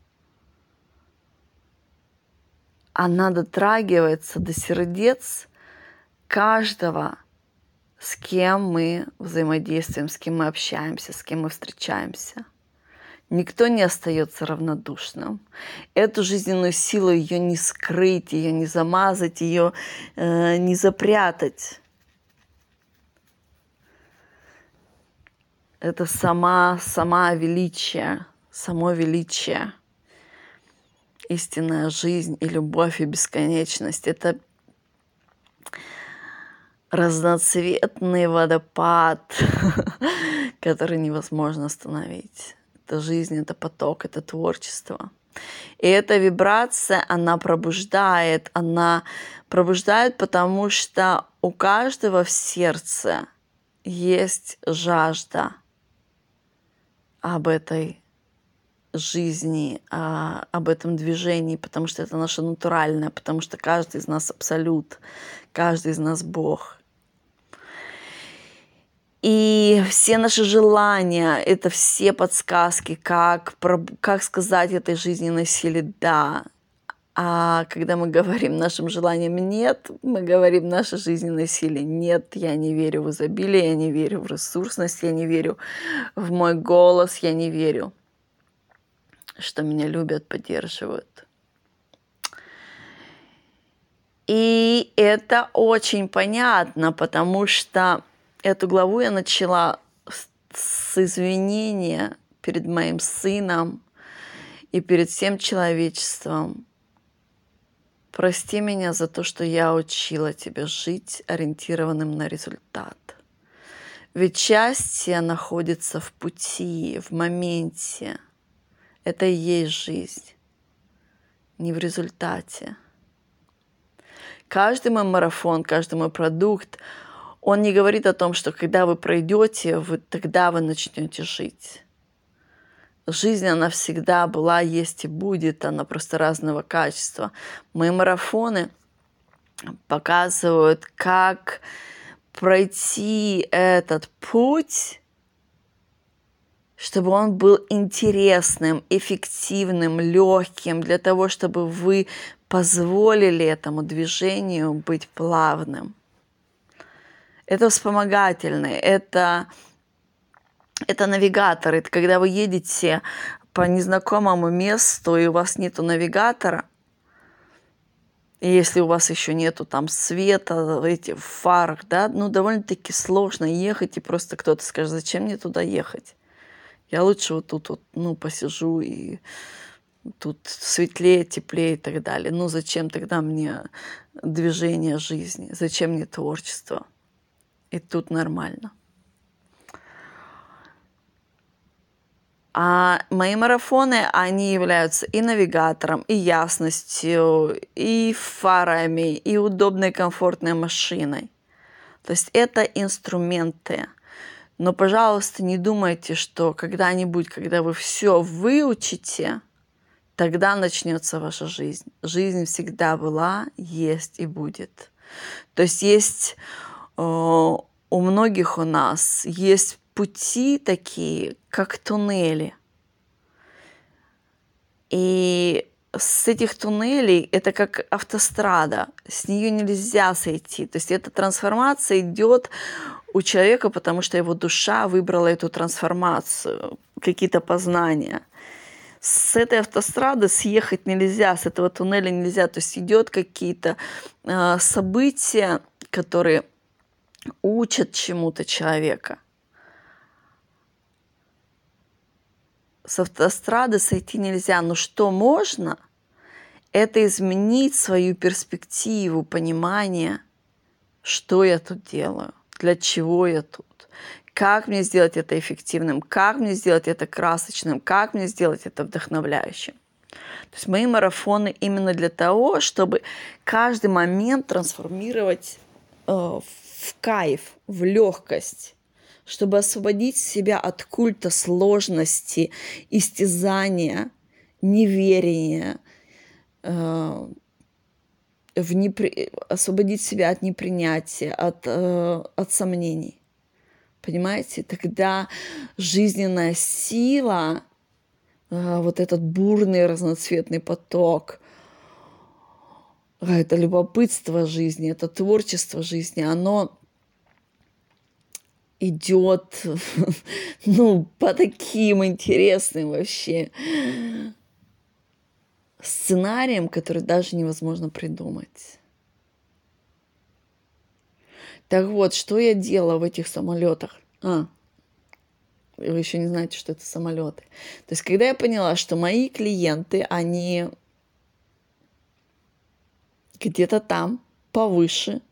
она дотрагивается до сердец каждого, с кем мы взаимодействуем, с кем мы общаемся, с кем мы встречаемся. Никто не остается равнодушным. Эту жизненную силу ее не скрыть, ее не замазать, ее не запрятать. Это само величие, само величие. Истинная жизнь и любовь, и бесконечность. Это разноцветный водопад, который невозможно остановить. Это жизнь, это поток, это творчество. И эта вибрация, она пробуждает, потому что у каждого в сердце есть жажда об этой жизни, об этом движении, потому что это наше натуральное, потому что каждый из нас абсолют, каждый из нас Бог. И все наши желания — это все подсказки, как сказать этой жизненной силе «да». А когда мы говорим нашим желаниям «нет», мы говорим нашей жизненной силе «нет». Я не верю в изобилие, я не верю в ресурсность, я не верю в мой голос, я не верю, что меня любят, поддерживают. И это очень понятно, потому что эту главу я начала с извинения перед моим сыном и перед всем человечеством. Прости меня за то, что я учила тебя жить ориентированным на результат. Ведь счастье находится в пути, в моменте. Это и есть жизнь, не в результате. Каждый мой марафон, каждый мой продукт, он не говорит о том, что когда вы пройдете, тогда вы начнете жить. Жизнь, она всегда была, есть и будет, она просто разного качества. Мои марафоны показывают, как пройти этот путь, чтобы он был интересным, эффективным, легким, для того, чтобы вы позволили этому движению быть плавным. Это вспомогательный, это навигатор. Это когда вы едете по незнакомому месту, и у вас нету навигатора, и если у вас еще нету там света в фарах, да, довольно-таки сложно ехать, и просто кто-то скажет, зачем мне туда ехать? Я лучше вот тут вот, посижу, и тут светлее, теплее и так далее. Зачем тогда мне движение жизни? Зачем мне творчество? И тут нормально. А мои марафоны, они являются и навигатором, и ясностью, и фарами, и удобной, комфортной машиной. То есть это инструменты. Но, пожалуйста, не думайте, что когда-нибудь, когда вы все выучите, тогда начнется ваша жизнь. Жизнь всегда была, есть и будет. То есть у многих у нас есть пути такие, как туннели. И с этих туннелей это как автострада, с нее нельзя сойти. То есть эта трансформация идет у человека, потому что его душа выбрала эту трансформацию, какие-то познания. С этой автострады съехать нельзя, с этого туннеля нельзя. То есть идет какие-то события, которые учат чему-то человека. С автострады сойти нельзя, но что можно, это изменить свою перспективу, понимание, что я тут делаю, для чего я тут, как мне сделать это эффективным, как мне сделать это красочным, как мне сделать это вдохновляющим. То есть мои марафоны именно для того, чтобы каждый момент трансформировать в кайф, в легкость, чтобы освободить себя от культа сложности, истязания, неверия, освободить себя от непринятия, от сомнений. Понимаете? Тогда жизненная сила, вот этот бурный разноцветный поток, это любопытство жизни, это творчество жизни, оно идет, по таким интересным вообще сценариям, которые даже невозможно придумать. Так вот, что я делала в этих самолетах? Вы еще не знаете, что это самолеты. То есть, когда я поняла, что мои клиенты, они где-то там, повыше,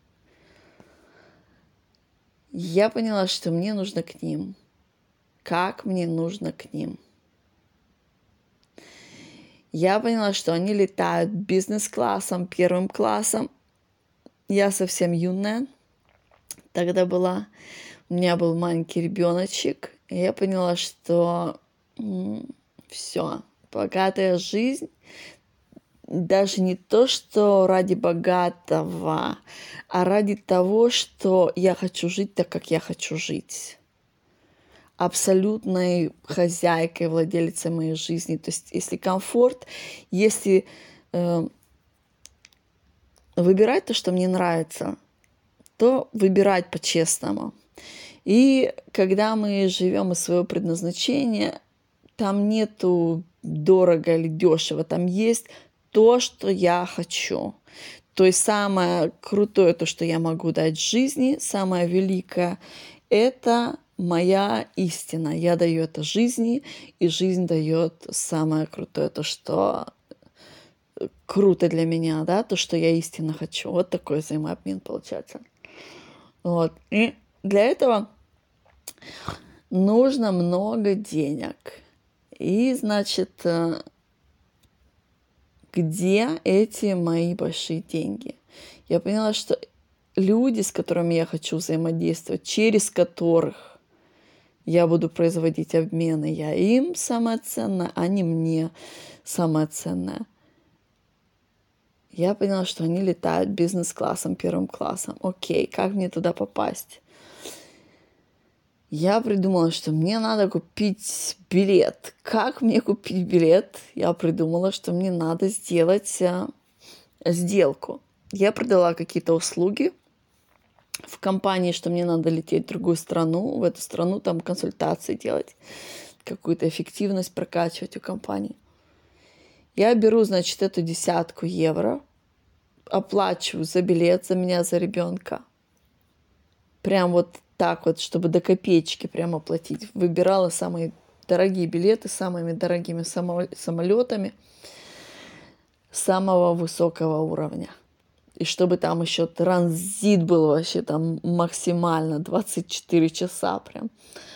я поняла, что мне нужно к ним. Как мне нужно к ним? Я поняла, что они летают бизнес-классом, первым классом. Я совсем юная тогда была. У меня был маленький ребеночек. И я поняла, что все, богатая жизнь, даже не то, что ради богатого, а ради того, что я хочу жить так, как я хочу жить. Абсолютной хозяйкой, владелицей моей жизни. То есть, если комфорт, если выбирать то, что мне нравится, то выбирать по-честному. И когда мы живем из своего предназначения, там нету дорого или дешево, там есть то, что я хочу, То есть самое крутое, то, что я могу дать жизни, самое великое, это моя истина. Я даю это жизни, и жизнь дает самое крутое, то, что круто для меня, да, то, что я истинно хочу. Вот такой взаимообмен получается. Вот. И для этого нужно много денег. И, значит, где эти мои большие деньги? Я поняла, что люди, с которыми я хочу взаимодействовать, через которых я буду производить обмены, я им самое ценное, а не мне самое ценное. Я поняла, что они летают бизнес-классом, первым классом. Окей, как мне туда попасть? Я придумала, что мне надо купить билет. Как мне купить билет? Я придумала, что мне надо сделать сделку. Я продала какие-то услуги в компании, что мне надо лететь в другую страну, в эту страну там консультации делать, какую-то эффективность прокачивать у компании. Я беру, значит, эту 10 евро, оплачиваю за билет, за меня, за ребенка. Прям вот так вот, чтобы до копеечки прям оплатить. Выбирала самые дорогие билеты с самыми дорогими самолетами самого высокого уровня. И чтобы там еще транзит был вообще там максимально 24 часа прям.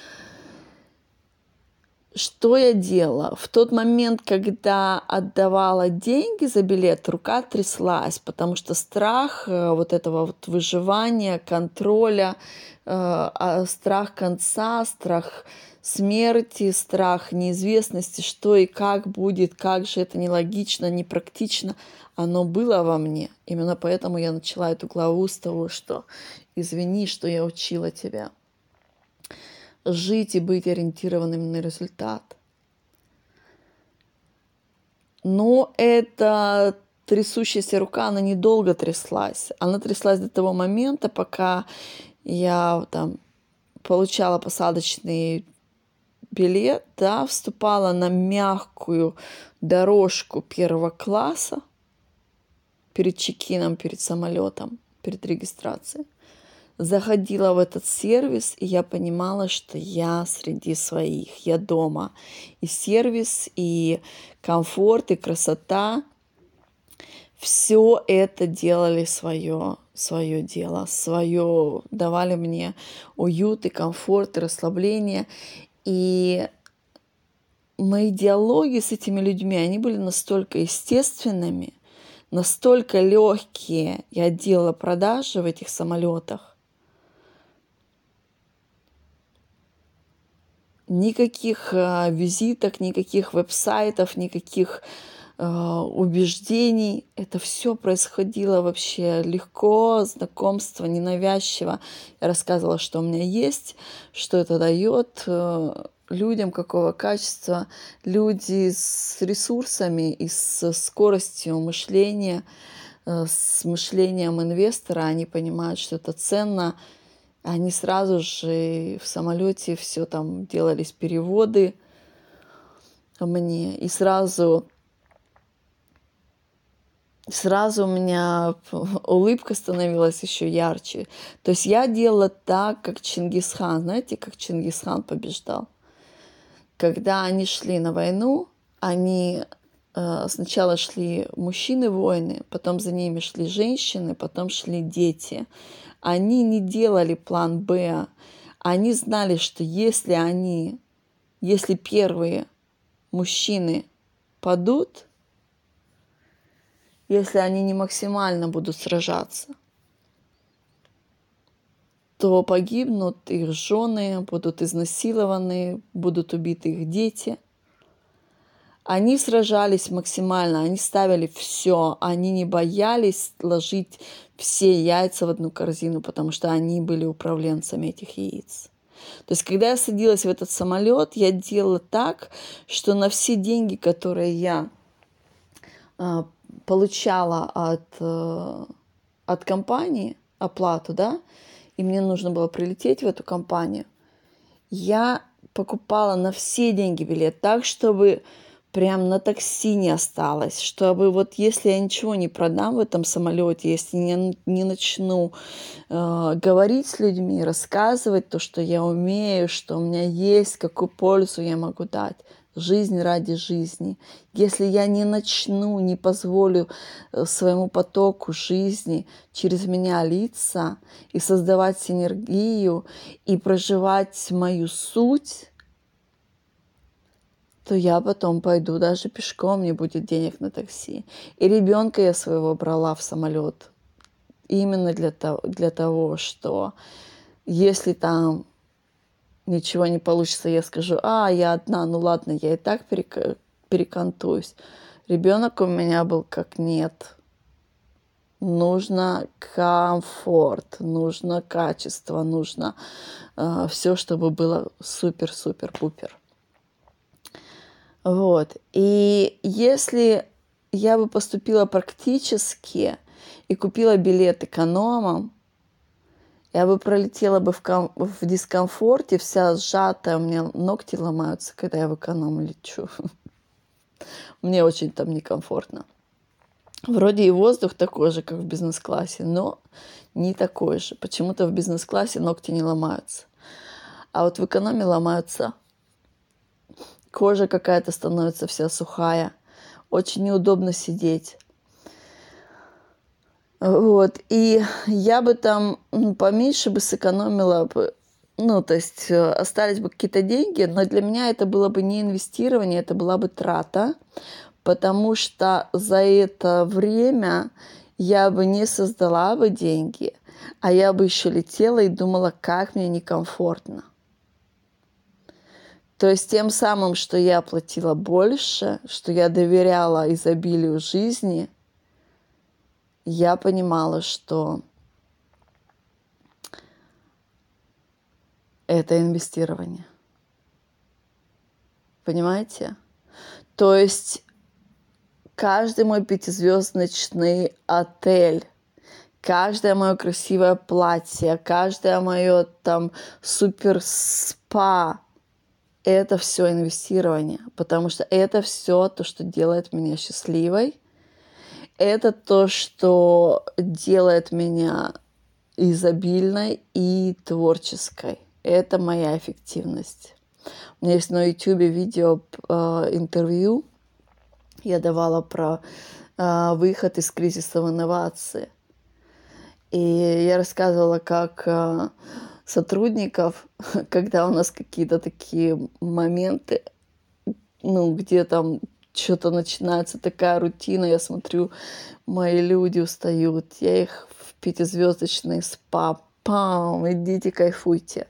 Что я делала? В тот момент, когда отдавала деньги за билет, рука тряслась, потому что страх вот этого вот выживания, контроля, страх конца, страх смерти, страх неизвестности, что и как будет, как же это нелогично, непрактично, оно было во мне. Именно поэтому я начала эту главу с того, что извини, что я учила тебя. Жить и быть ориентированным на результат. Но эта трясущаяся рука, она недолго тряслась. Она тряслась до того момента, пока я там получала посадочный билет, да, вступала на мягкую дорожку первого класса перед чекином, перед самолетом, перед регистрацией. Заходила в этот сервис, и я понимала, что я среди своих, я дома. И сервис, и комфорт, и красота, все это делали свое дело, свое, давали мне уют и комфорт, и расслабление. И мои диалоги с этими людьми, они были настолько естественными, настолько легкие. Я делала продажи в этих самолетах. Никаких визиток, никаких веб-сайтов, никаких убеждений. Это все происходило вообще легко, знакомство, ненавязчиво. Я рассказывала, что у меня есть, что это дает людям, какого качества. Люди с ресурсами и с скоростью мышления, с мышлением инвестора, они понимают, что это ценно. Они сразу же в самолете все там делались переводы мне, и сразу у меня улыбка становилась еще ярче. То есть я делала так, как Чингисхан. Знаете, как Чингисхан побеждал? Когда они шли на войну, они сначала шли мужчины-воины, потом за ними шли женщины, потом шли дети. Они не делали план «Б». Они знали, что если первые мужчины падут, если они не максимально будут сражаться, то погибнут их жены, будут изнасилованы, будут убиты их дети. Они сражались максимально, они ставили все, они не боялись ложить все яйца в одну корзину, потому что они были управленцами этих яиц. То есть, когда я садилась в этот самолет, я делала так, что на все деньги, которые я получала от компании, оплату, да, и мне нужно было прилететь в эту компанию, я покупала на все деньги билет так, чтобы прям на такси не осталось, чтобы вот если я ничего не продам в этом самолете, если не начну говорить с людьми, рассказывать то, что я умею, что у меня есть, какую пользу я могу дать. Жизнь ради жизни. Если я не начну, не позволю своему потоку жизни через меня литься и создавать синергию и проживать мою суть, то я потом пойду даже пешком, не будет денег на такси. И ребенка я своего брала в самолет именно для того, что если там ничего не получится, я скажу, я одна, ну ладно, я и так перекантуюсь. Ребенок у меня был как нет. Нужно комфорт, нужно качество, нужно все, чтобы было супер-супер-пупер. Вот. И если я бы поступила практически и купила билет экономом, я бы пролетела бы в дискомфорте, вся сжатая, у меня ногти ломаются, когда я в эконом лечу. Мне очень там некомфортно. Вроде и воздух такой же, как в бизнес-классе, но не такой же. Почему-то в бизнес-классе ногти не ломаются. А вот в экономе ломаются. Кожа какая-то становится вся сухая. Очень неудобно сидеть. Вот. И я бы там поменьше бы сэкономила бы. Ну, то есть остались бы какие-то деньги, но для меня это было бы не инвестирование, это была бы трата, потому что за это время я бы не создала бы деньги, а я бы еще летела и думала, как мне некомфортно. То есть тем самым, что я платила больше, что я доверяла изобилию жизни, я понимала, что это инвестирование. Понимаете? То есть каждый мой пятизвездочный отель, каждое мое красивое платье, каждое мое там супер спа, это все инвестирование, потому что это все то, что делает меня счастливой. Это то, что делает меня изобильной и творческой. Это моя эффективность. У меня есть на YouTube видео, интервью. Я давала про выход из кризиса в инновации. И я рассказывала, как сотрудников, когда у нас какие-то такие моменты, где там что-то начинается, такая рутина, я смотрю, мои люди устают, я их в пятизвездочный спа, идите кайфуйте.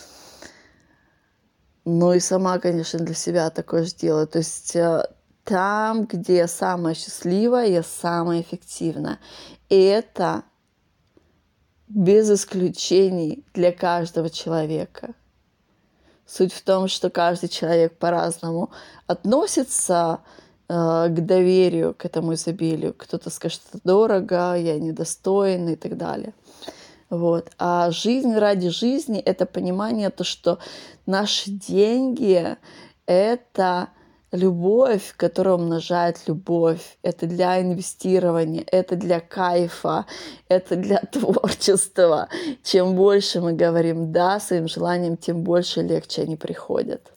Ну и сама, конечно, для себя такое же делаю. То есть там, где я самая счастливая, я самая эффективная. И это без исключений для каждого человека. Суть в том, что каждый человек по-разному относится к доверию, к этому изобилию. Кто-то скажет, что это дорого, я недостоин и так далее. Вот. А жизнь ради жизни – это понимание, то, что наши деньги – это любовь, которая умножает любовь. Это для инвестирования, это для кайфа, это для творчества. Чем больше мы говорим «да» своим желаниям, тем больше легче они приходят.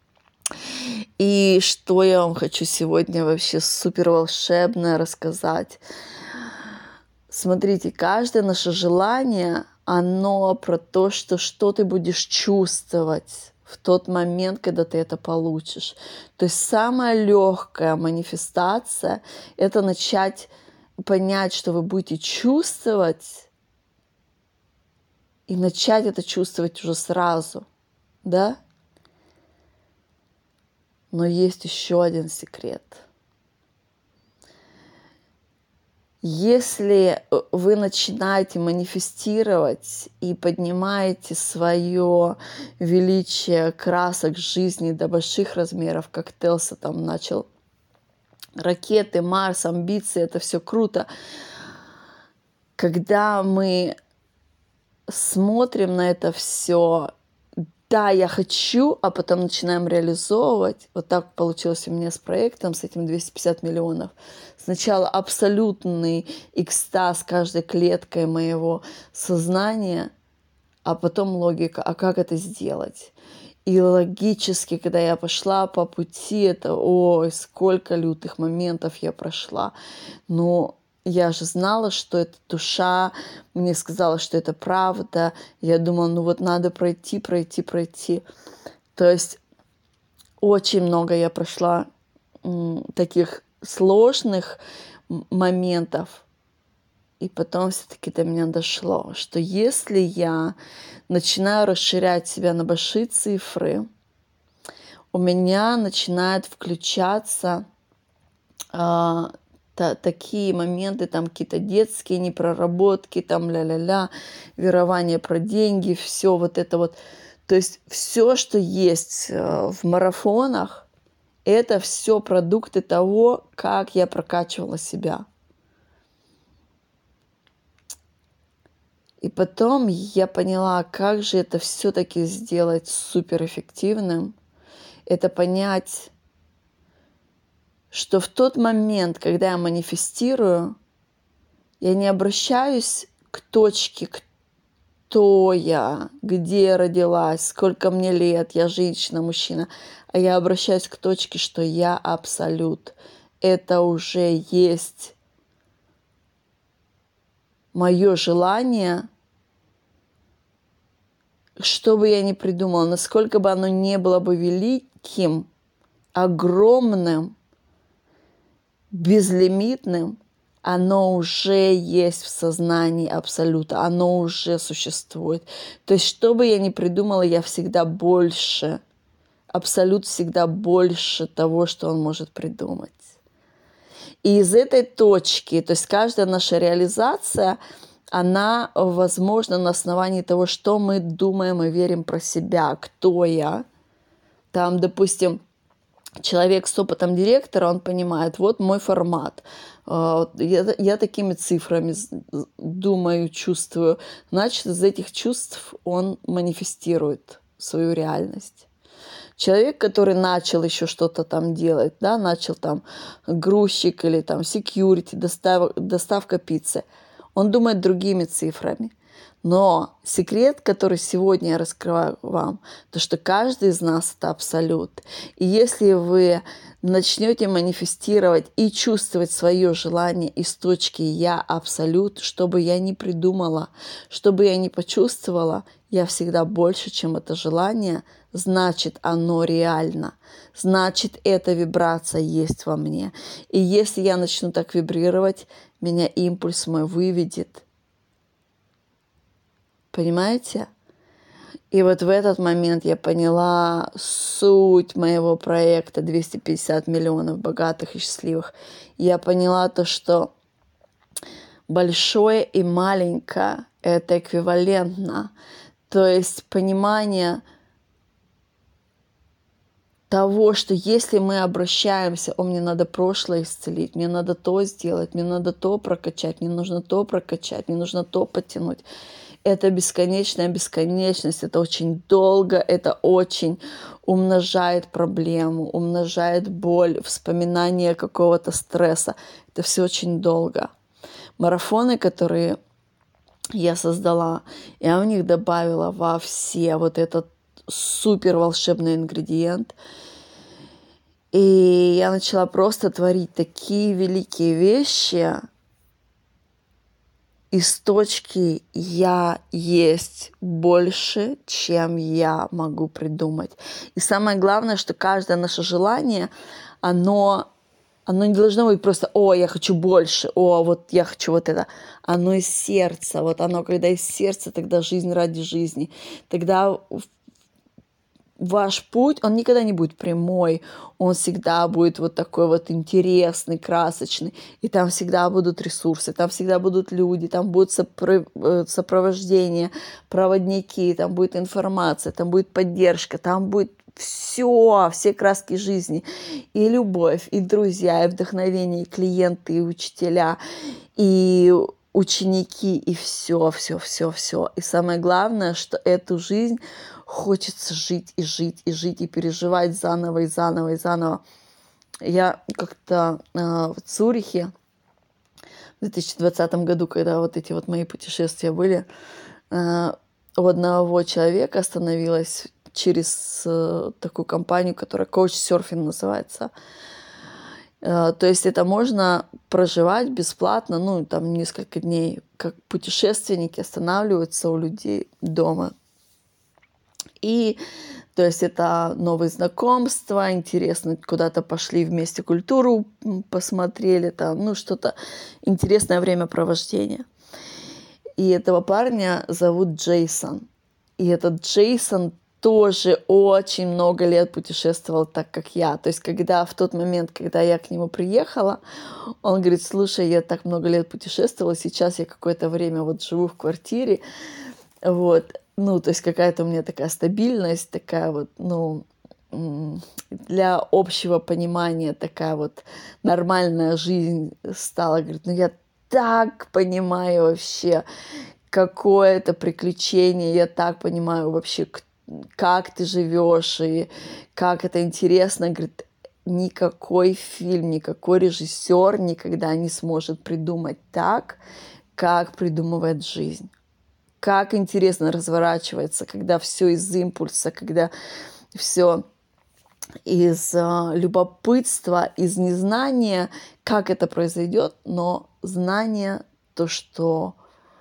И что я вам хочу сегодня вообще супер волшебное рассказать. Смотрите, каждое наше желание, оно про то, что ты будешь чувствовать в тот момент, когда ты это получишь. То есть самая легкая манифестация – это начать понять, что вы будете чувствовать, и начать это чувствовать уже сразу, да? Но есть еще один секрет. Если вы начинаете манифестировать и поднимаете свое величие красок жизни до больших размеров, как Телса там начал, ракеты, Марс, амбиции, это все круто. Когда мы смотрим на это все да, я хочу, а потом начинаем реализовывать. Вот так получилось у меня с проектом, с этим 250 миллионов. Сначала абсолютный экстаз каждой клеткой моего сознания, а потом логика, а как это сделать? И логически, когда я пошла по пути, это, ой, сколько лютых моментов я прошла. Но я же знала, что это душа, мне сказала, что это правда. Я думала, ну вот надо пройти. То есть очень много я прошла таких сложных моментов. И потом все-таки до меня дошло, что если я начинаю расширять себя на большие цифры, у меня начинают включаться такие моменты, там какие-то детские непроработки, там ля-ля-ля, верование про деньги, все вот это вот. То есть все, что есть в марафонах, это все продукты того, как я прокачивала себя. И потом я поняла, как же это все-таки сделать суперэффективным. Это понять, что в тот момент, когда я манифестирую, я не обращаюсь к точке, кто я, где я родилась, сколько мне лет, я женщина, мужчина, а я обращаюсь к точке, что я абсолют. Это уже есть мое желание, что бы я ни придумала, насколько бы оно не было бы великим, огромным, безлимитным, оно уже есть в сознании абсолюта, оно уже существует. То есть, что бы я ни придумала, я всегда больше, абсолют всегда больше того, что он может придумать. И из этой точки, то есть каждая наша реализация, она возможна на основании того, что мы думаем и верим про себя, кто я. Там, допустим, человек с опытом директора, он понимает, вот мой формат. Я такими цифрами думаю, чувствую. Значит, из этих чувств он манифестирует свою реальность. Человек, который начал еще что-то там делать, да, начал там грузчик или там security, доставка пиццы, он думает другими цифрами. Но секрет, который сегодня я раскрываю вам, то что каждый из нас это абсолют. И если вы начнете манифестировать и чувствовать свое желание из точки «я абсолют», что бы я ни придумала, что бы я ни почувствовала, я всегда больше, чем это желание, значит, оно реально. Значит, эта вибрация есть во мне. И если я начну так вибрировать, меня импульс мой выведет. Понимаете? И вот в этот момент я поняла суть моего проекта 250 миллионов богатых и счастливых. Я поняла то, что большое и маленькое – это эквивалентно. То есть понимание того, что если мы обращаемся, мне надо прошлое исцелить, мне надо то сделать, мне надо то прокачать, мне нужно то прокачать, мне нужно то подтянуть. Это бесконечная бесконечность, это очень долго, это очень умножает проблему, умножает боль, вспоминание какого-то стресса. Это все очень долго. Марафоны, которые я создала, я в них добавила во все вот этот супер волшебный ингредиент. И я начала просто творить такие великие вещи из точки «я есть больше, чем я могу придумать». И самое главное, что каждое наше желание, оно не должно быть просто «о, я хочу больше», «о, вот я хочу вот это». Оно из сердца. Вот оно, когда из сердца, тогда жизнь ради жизни. Тогда ваш путь, он никогда не будет прямой, он всегда будет вот такой вот интересный, красочный, и там всегда будут ресурсы, там всегда будут люди, там будет сопровождение, проводники, там будет информация, там будет поддержка, там будет все краски жизни, и любовь, и друзья, и вдохновение, и клиенты, и учителя, и ученики, и все. И самое главное, что эту жизнь хочется жить, и переживать заново, и заново. Я как-то в Цюрихе в 2020 году, когда вот эти вот мои путешествия были, у одного человека остановилась через такую компанию, которая Couchsurfing называется. То есть это можно проживать бесплатно, ну, там несколько дней, как путешественники останавливаются у людей дома. И, то есть это новые знакомства, интересно, куда-то пошли вместе культуру посмотрели, там, ну, что-то интересное времяпровождение. И этого парня зовут Джейсон. И этот Джейсон тоже очень много лет путешествовал так, как я. То есть, когда в тот момент, когда я к нему приехала, он говорит: слушай, я так много лет путешествовала, сейчас я какое-то время вот живу в квартире, вот, ну, то есть какая-то у меня такая стабильность, такая вот, ну, для общего понимания такая вот нормальная жизнь стала. Говорит, ну, я так понимаю вообще, какое это приключение, я так понимаю вообще, как ты живешь и как это интересно. Говорит, никакой фильм, никакой режиссер никогда не сможет придумать так, как придумывает жизнь. Как интересно разворачивается, когда все из импульса, когда все из любопытства, из незнания, как это произойдет, но знание то, что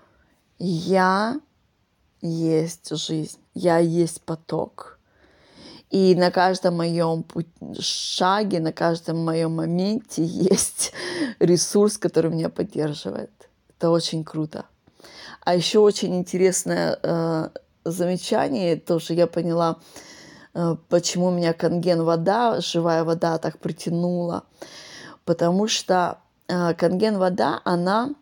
я есть жизнь, я есть поток. И на каждом моем шаге, на каждом моем моменте есть ресурс, который меня поддерживает. Это очень круто. А еще очень интересное замечание, тоже я поняла, почему меня Канген-вода, живая вода, так притянула. Потому что Канген-вода, она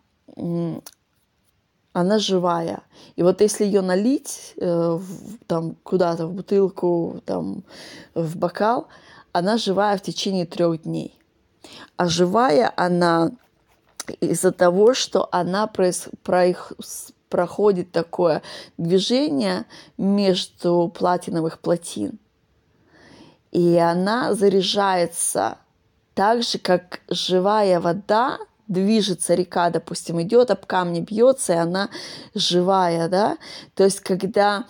живая. И вот если ее налить там куда-то в бутылку, там, в бокал, она живая в течение 3 дней. А живая она из-за того, что она проходит такое движение между платиновых плотин. И она заряжается так же, как живая вода, движется река, допустим, идет, об камни бьется, и она живая, да. То есть, когда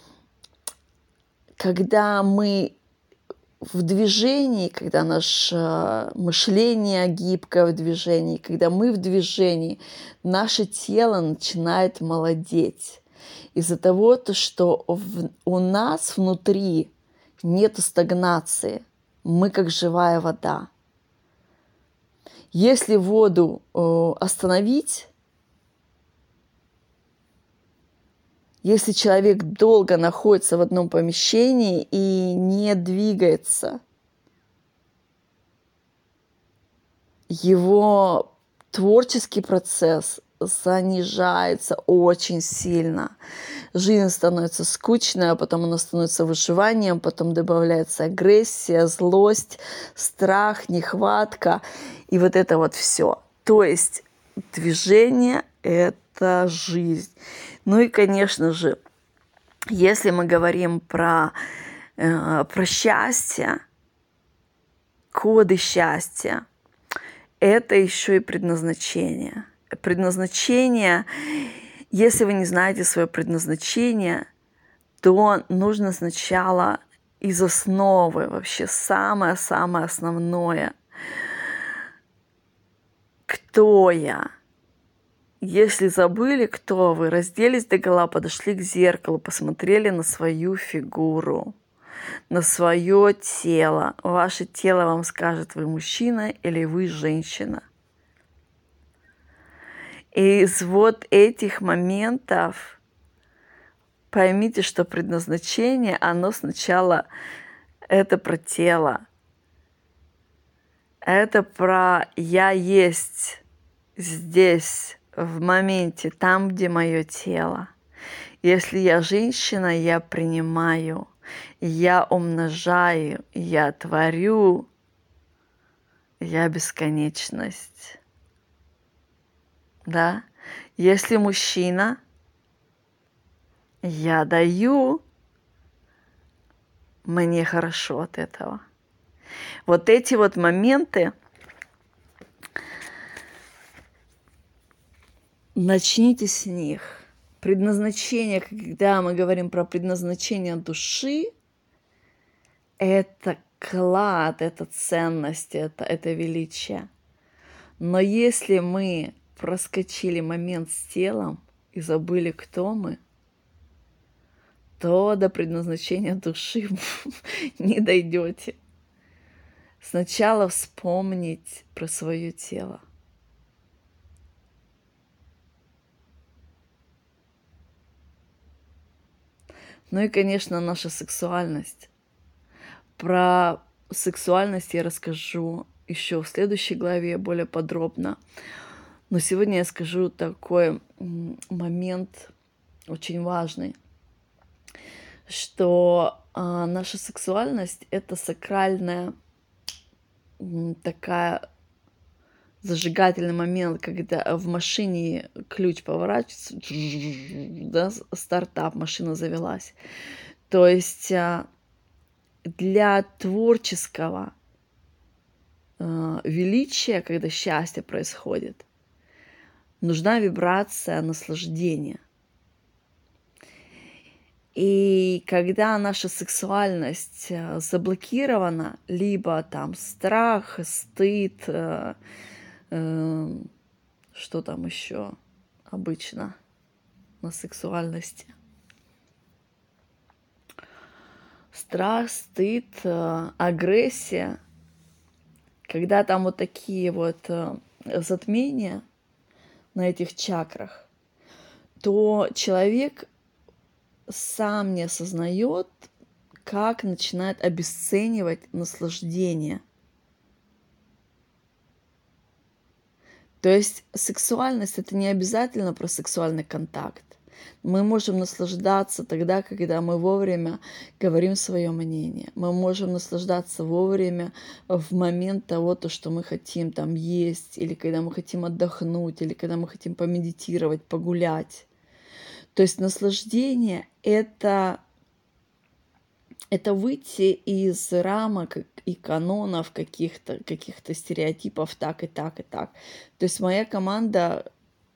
мы в движении, когда наше мышление гибкое в движении, когда мы в движении, наше тело начинает молодеть. Из-за того, что у нас внутри нет стагнации. Мы как живая вода. Если воду остановить, если человек долго находится в одном помещении и не двигается, его творческий процесс занижается очень сильно. Жизнь становится скучной, а потом она становится выживанием, потом добавляется агрессия, злость, страх, нехватка и вот это вот все. То есть движение – это жизнь. Ну и, конечно же, если мы говорим про счастье, коды счастья, это еще и предназначение. Предназначение, если вы не знаете свое предназначение, то нужно сначала из основы, вообще самое-самое основное. Кто я? Если забыли, кто вы, разделись догола, подошли к зеркалу, посмотрели на свою фигуру, на свое тело. Ваше тело вам скажет, вы мужчина или вы женщина. И из вот этих моментов поймите, что предназначение, оно сначала это про тело. Это про «я есть здесь, в моменте, там, где мое тело». Если я женщина, я принимаю, я умножаю, я творю, я бесконечность. Да? Если мужчина, я даю, мне хорошо от этого. Вот эти вот моменты, начните с них. Предназначение, когда мы говорим про предназначение души, это клад, это ценность, это величие. Но если мы проскочили момент с телом и забыли, кто мы, то до предназначения души не дойдете. Сначала вспомнить про свое тело. Ну и, конечно, наша сексуальность. Про сексуальность я расскажу еще в следующей главе более подробно. Но сегодня я скажу такой момент очень важный, что наша сексуальность — это сакральная такая зажигательный момент, когда в машине ключ поворачивается, да, стартап, машина завелась. То есть для творческого величия, когда счастье происходит, нужна вибрация наслаждения. И когда наша сексуальность заблокирована, либо там страх, стыд, что там еще обычно на сексуальности? Страх, стыд, агрессия. Когда там вот такие вот затмения на этих чакрах, то человек сам не осознает, как начинает обесценивать наслаждение. То есть сексуальность — это не обязательно про сексуальный контакт. Мы можем наслаждаться тогда, когда мы вовремя говорим свое мнение. Мы можем наслаждаться вовремя в момент того, что мы хотим там есть, или когда мы хотим отдохнуть, или когда мы хотим помедитировать, погулять. То есть наслаждение — это выйти из рамок и канонов каких-то стереотипов так и так и так. То есть моя команда,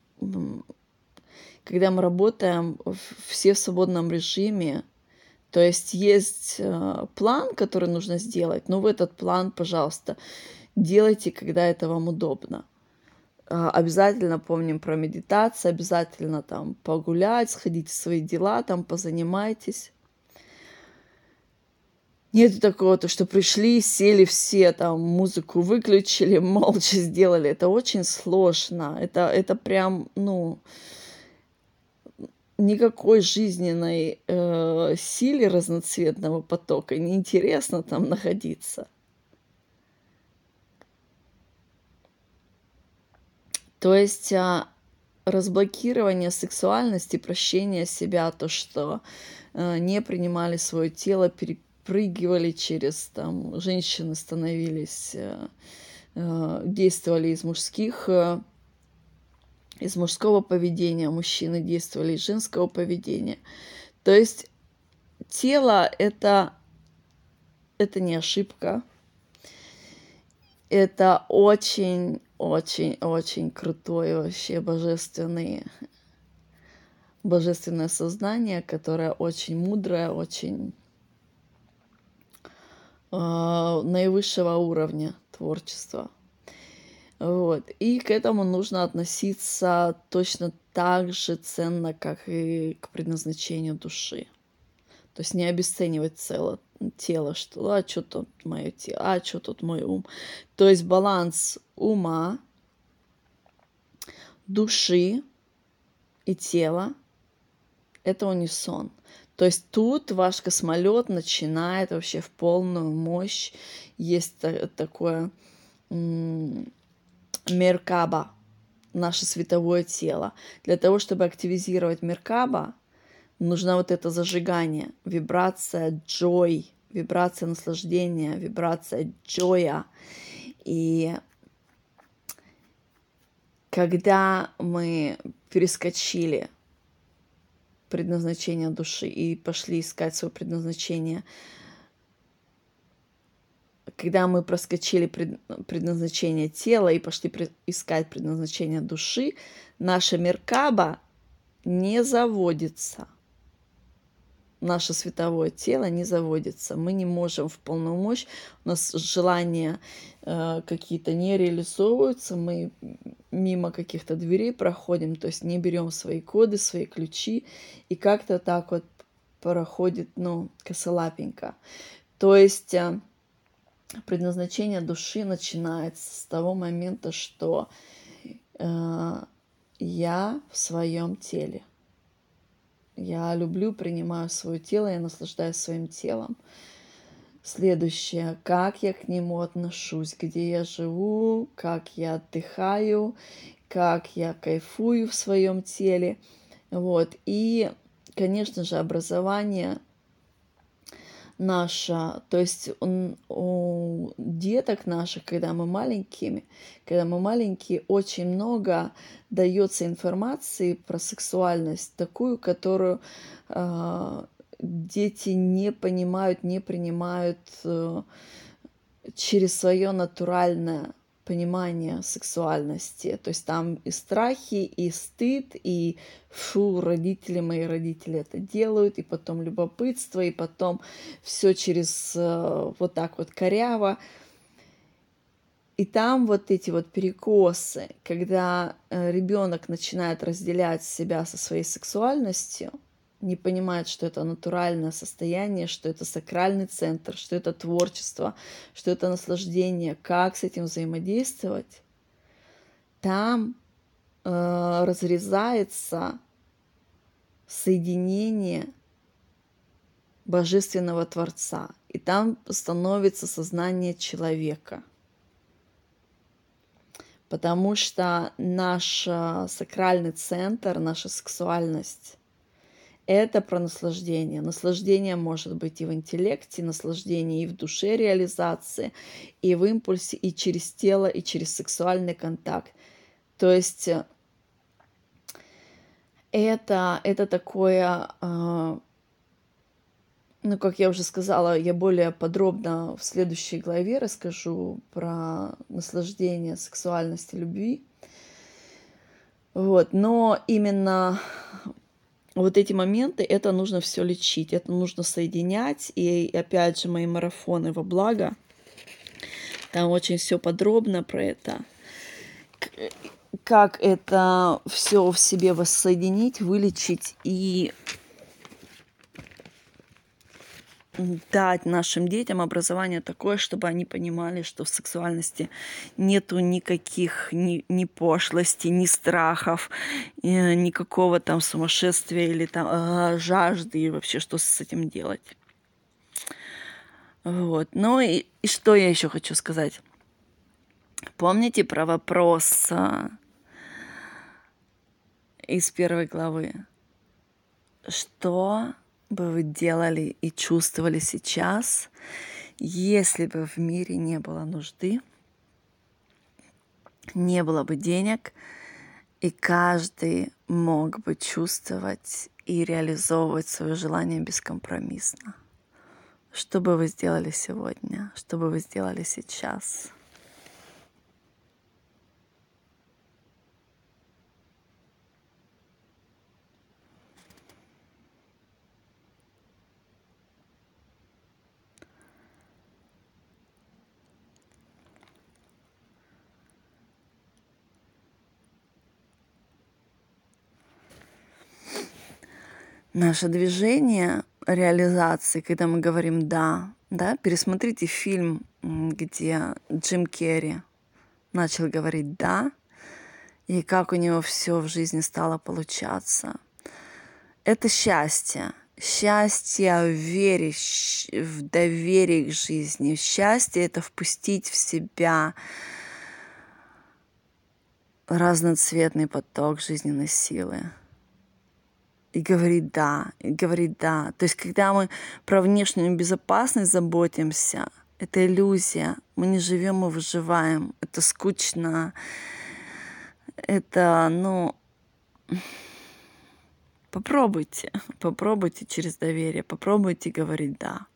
когда мы работаем все в свободном режиме, то есть есть план, который нужно сделать, но в этот план, пожалуйста, делайте, когда это вам удобно. Обязательно помним про медитацию, обязательно там погулять, сходите в свои дела, там позанимайтесь. Нету такого, что пришли, сели все, там музыку выключили, молча сделали. Это очень сложно. Это прям, никакой жизненной силе разноцветного потока неинтересно там находиться. То есть разблокирование сексуальности, прощение себя, то, что не принимали свое тело, перепрыгивали через, там, женщины становились, действовали из мужского поведения, мужчины действовали из женского поведения. То есть тело — это не ошибка, это очень-очень-очень крутое вообще божественное сознание, которое очень мудрое, очень наивысшего уровня творчества. Вот. И к этому нужно относиться точно так же ценно, как и к предназначению души. То есть не обесценивать тело, что что тут мое тело, что тут мой ум. То есть баланс ума, души и тела — это унисон. То есть тут ваш космолет начинает вообще в полную мощь. Есть такое Меркаба, наше световое тело. Для того, чтобы активизировать Меркаба, нужно вот это зажигание, вибрация joy, вибрация наслаждения, вибрация джоя. И когда мы перескочили предназначение души и пошли искать свое предназначение, когда мы проскочили предназначение тела и пошли искать предназначение души, наша Меркаба не заводится. Наше световое тело не заводится. Мы не можем в полную мощь. У нас желания какие-то не реализовываются. Мы мимо каких-то дверей проходим, то есть не берем свои коды, свои ключи. И как-то так вот проходит, косолапенько. То есть предназначение души начинается с того момента, что я в своем теле. Я люблю, принимаю свое тело, я наслаждаюсь своим телом. Следующее, как я к нему отношусь, где я живу, как я отдыхаю, как я кайфую в своем теле. Вот. И, конечно же, образование наше, то есть у деток наших, когда мы маленькие, очень много дается информации про сексуальность, такую, которую дети не понимают, не принимают через свое натуральное понимание сексуальности. То есть там и страхи, и стыд, и мои родители это делают, и потом любопытство, и потом все через вот так вот коряво. И там вот эти вот перекосы, когда ребенок начинает разделять себя со своей сексуальностью, не понимает, что это натуральное состояние, что это сакральный центр, что это творчество, что это наслаждение, как с этим взаимодействовать, там разрезается соединение Божественного Творца, и там становится сознание человека. Потому что наш сакральный центр, наша сексуальность, это про наслаждение. Наслаждение может быть и в интеллекте, наслаждение и в душе реализации, и в импульсе, и через тело, и через сексуальный контакт. То есть это такое, как я уже сказала, я более подробно в следующей главе расскажу про наслаждение, сексуальность и любви. Вот. Но именно вот эти моменты, это нужно все лечить, это нужно соединять. И опять же, мои марафоны во благо, там очень все подробно про это. Как это все в себе воссоединить, вылечить и дать нашим детям образование такое, чтобы они понимали, что в сексуальности нету никаких ни пошлости, ни страхов, никакого там сумасшествия или там жажды и вообще что с этим делать. Вот. Ну и что я еще хочу сказать? Помните про вопрос из 1 главы? Что бы вы делали и чувствовали сейчас, если бы в мире не было нужды, не было бы денег, и каждый мог бы чувствовать и реализовывать свое желание бескомпромиссно? Что бы вы сделали сегодня? Что бы вы сделали сейчас? Наше движение реализации, когда мы говорим «да», пересмотрите фильм, где Джим Керри начал говорить «да», и как у него все в жизни стало получаться. Это счастье. Счастье в вере, в доверии к жизни. Счастье — это впустить в себя разноцветный поток жизненной силы. И говорить «да», и говорить «да». То есть, когда мы про внешнюю безопасность заботимся, это иллюзия. Мы не живем, мы выживаем. Это скучно. Это, попробуйте через доверие, попробуйте говорить «да».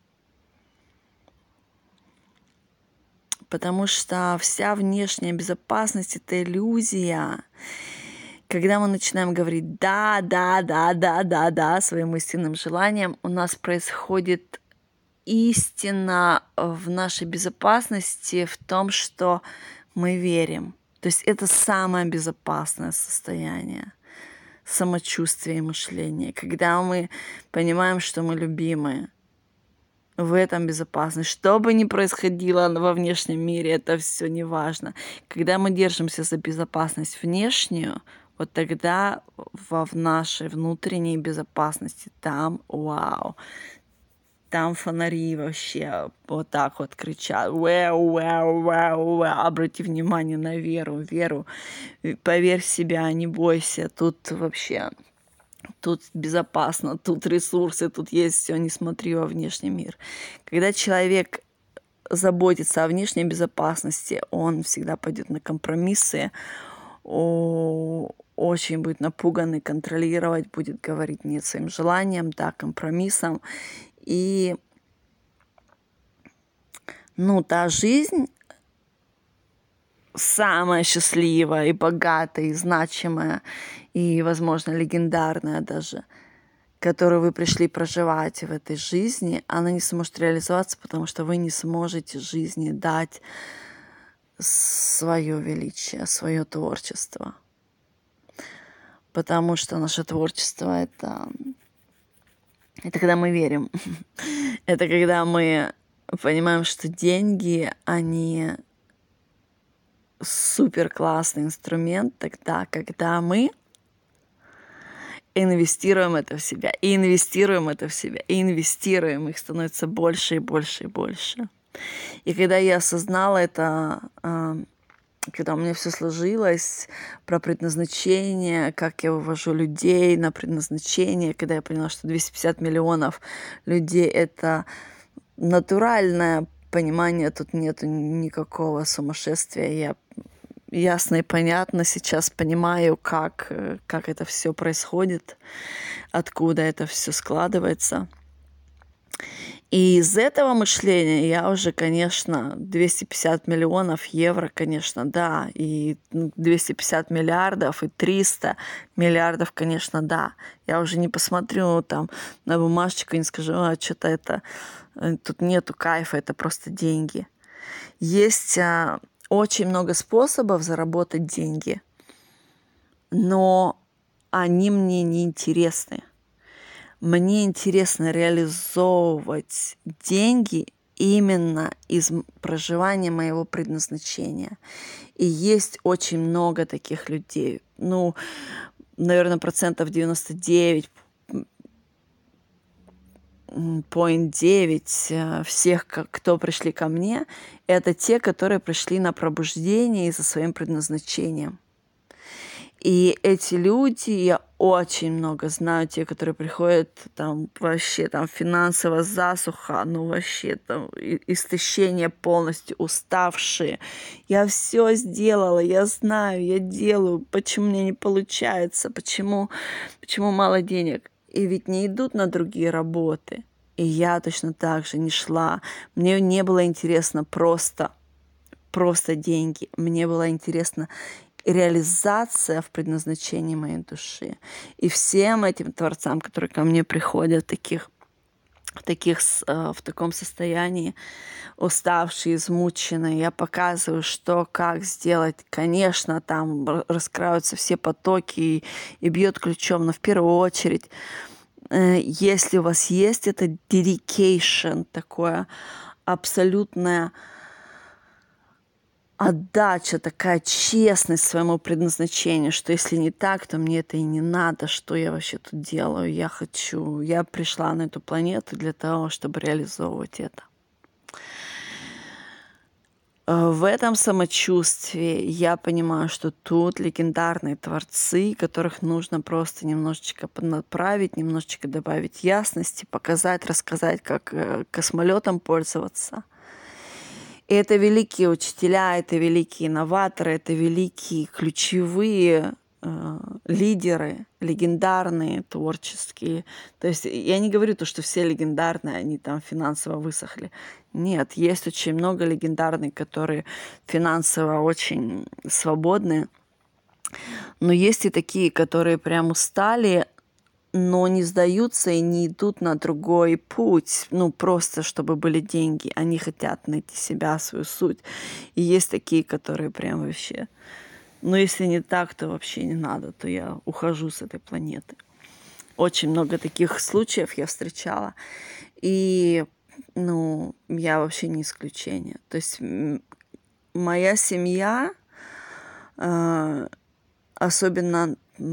Потому что вся внешняя безопасность — это иллюзия. Когда мы начинаем говорить «да, да, да, да, да, да» своим истинным желанием, у нас происходит истина в нашей безопасности в том, что мы верим. То есть это самое безопасное состояние самочувствия и мышления. Когда мы понимаем, что мы любимые, в этом безопасность. Что бы ни происходило во внешнем мире, это все не важно. Когда мы держимся за безопасность внешнюю, вот тогда в нашей внутренней безопасности там, вау, там фонари вообще вот так вот кричат. Вау, вау, вау, вау. Обрати внимание на веру, веру. Поверь в себя, не бойся. Тут вообще... Тут безопасно, тут ресурсы, тут есть все, не смотри во внешний мир. Когда человек заботится о внешней безопасности, он всегда пойдет на компромиссы, очень будет напуганный, контролировать, будет говорить нет своим желаниям, да, компромиссам. И, та жизнь самая счастливая и богатая, и значимая, и, возможно, легендарная даже, которую вы пришли проживать в этой жизни, она не сможет реализоваться, потому что вы не сможете жизни дать свое величие, свое творчество. Потому что наше творчество — это когда мы верим. Это когда мы понимаем, что деньги, они супер классный инструмент тогда, когда мы инвестируем это в себя, и инвестируем это в себя, и инвестируем, их становится больше и больше и больше. И когда я осознала это, когда у меня все сложилось про предназначение, как я вывожу людей на предназначение, когда я поняла, что 250 миллионов людей — это натуральное понимание, тут нету никакого сумасшествия. Я ясно и понятно сейчас понимаю, как это все происходит, откуда это все складывается. И из этого мышления я уже, конечно, 250 миллионов евро, конечно, да, и 250 миллиардов, и 300 миллиардов, конечно, да. Я уже не посмотрю там на бумажечку и не скажу, что-то это, тут нету кайфа, это просто деньги. Есть очень много способов заработать деньги, но они мне не интересны. Мне интересно реализовывать деньги именно из проживания моего предназначения. И есть очень много таких людей. Наверное, 99,9% всех, кто пришли ко мне, это те, которые пришли на пробуждение и за своим предназначением. И эти люди, я очень много знаю, те, которые приходят там вообще там финансово засуха, вообще там истощение полностью, уставшие. Я все сделала, я знаю, я делаю, почему мне не получается, почему мало денег. И ведь не идут на другие работы. И я точно так же не шла. Мне не было интересно просто деньги. Мне было интересно реализация в предназначении моей души. И всем этим творцам, которые ко мне приходят в таком состоянии, уставшие, измученные, я показываю, что, как сделать. Конечно, там раскрываются все потоки и бьет ключом, но в первую очередь, если у вас есть это dedication, такое абсолютное отдача, такая честность своему предназначению, что если не так, то мне это и не надо, что я вообще тут делаю. Я пришла на эту планету для того, чтобы реализовывать это. В этом самочувствии я понимаю, что тут легендарные творцы, которых нужно просто немножечко поднаправить, немножечко добавить ясности, показать, рассказать, как космолетом пользоваться. И это великие учителя, это великие инноваторы, это великие ключевые лидеры, легендарные, творческие. То есть я не говорю то, что все легендарные, они там финансово высохли. Нет, есть очень много легендарных, которые финансово очень свободны. Но есть и такие, которые прям устали, но не сдаются и не идут на другой путь, ну, просто чтобы были деньги. Они хотят найти себя, свою суть. И есть такие, которые прям вообще... Но если не так, то вообще не надо, то я ухожу с этой планеты. Очень много таких случаев я встречала. И, ну, я вообще не исключение. То есть моя семья, особенно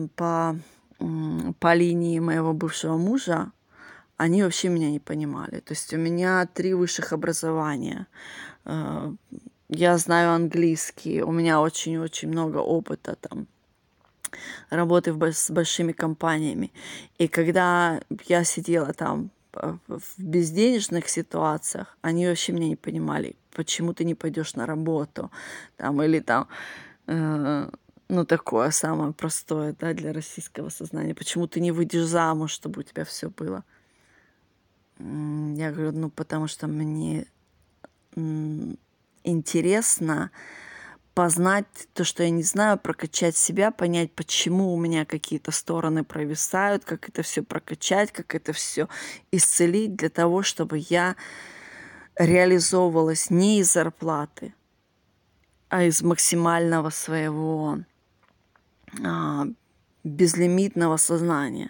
по линии моего бывшего мужа, они вообще меня не понимали. То есть у меня 3 высших образования. Я знаю английский, у меня очень-очень много опыта там работы с большими компаниями. И когда я сидела там в безденежных ситуациях, они вообще меня не понимали, почему ты не пойдешь на работу, там, или там, ну, такое самое простое, да, для российского сознания, почему ты не выйдешь замуж, чтобы у тебя все было. Я говорю, ну, потому что мне интересно познать то, что я не знаю, прокачать себя, понять, почему у меня какие-то стороны провисают, как это все прокачать, как это все исцелить для того, чтобы я реализовывалась не из зарплаты, а из максимального своего безлимитного сознания.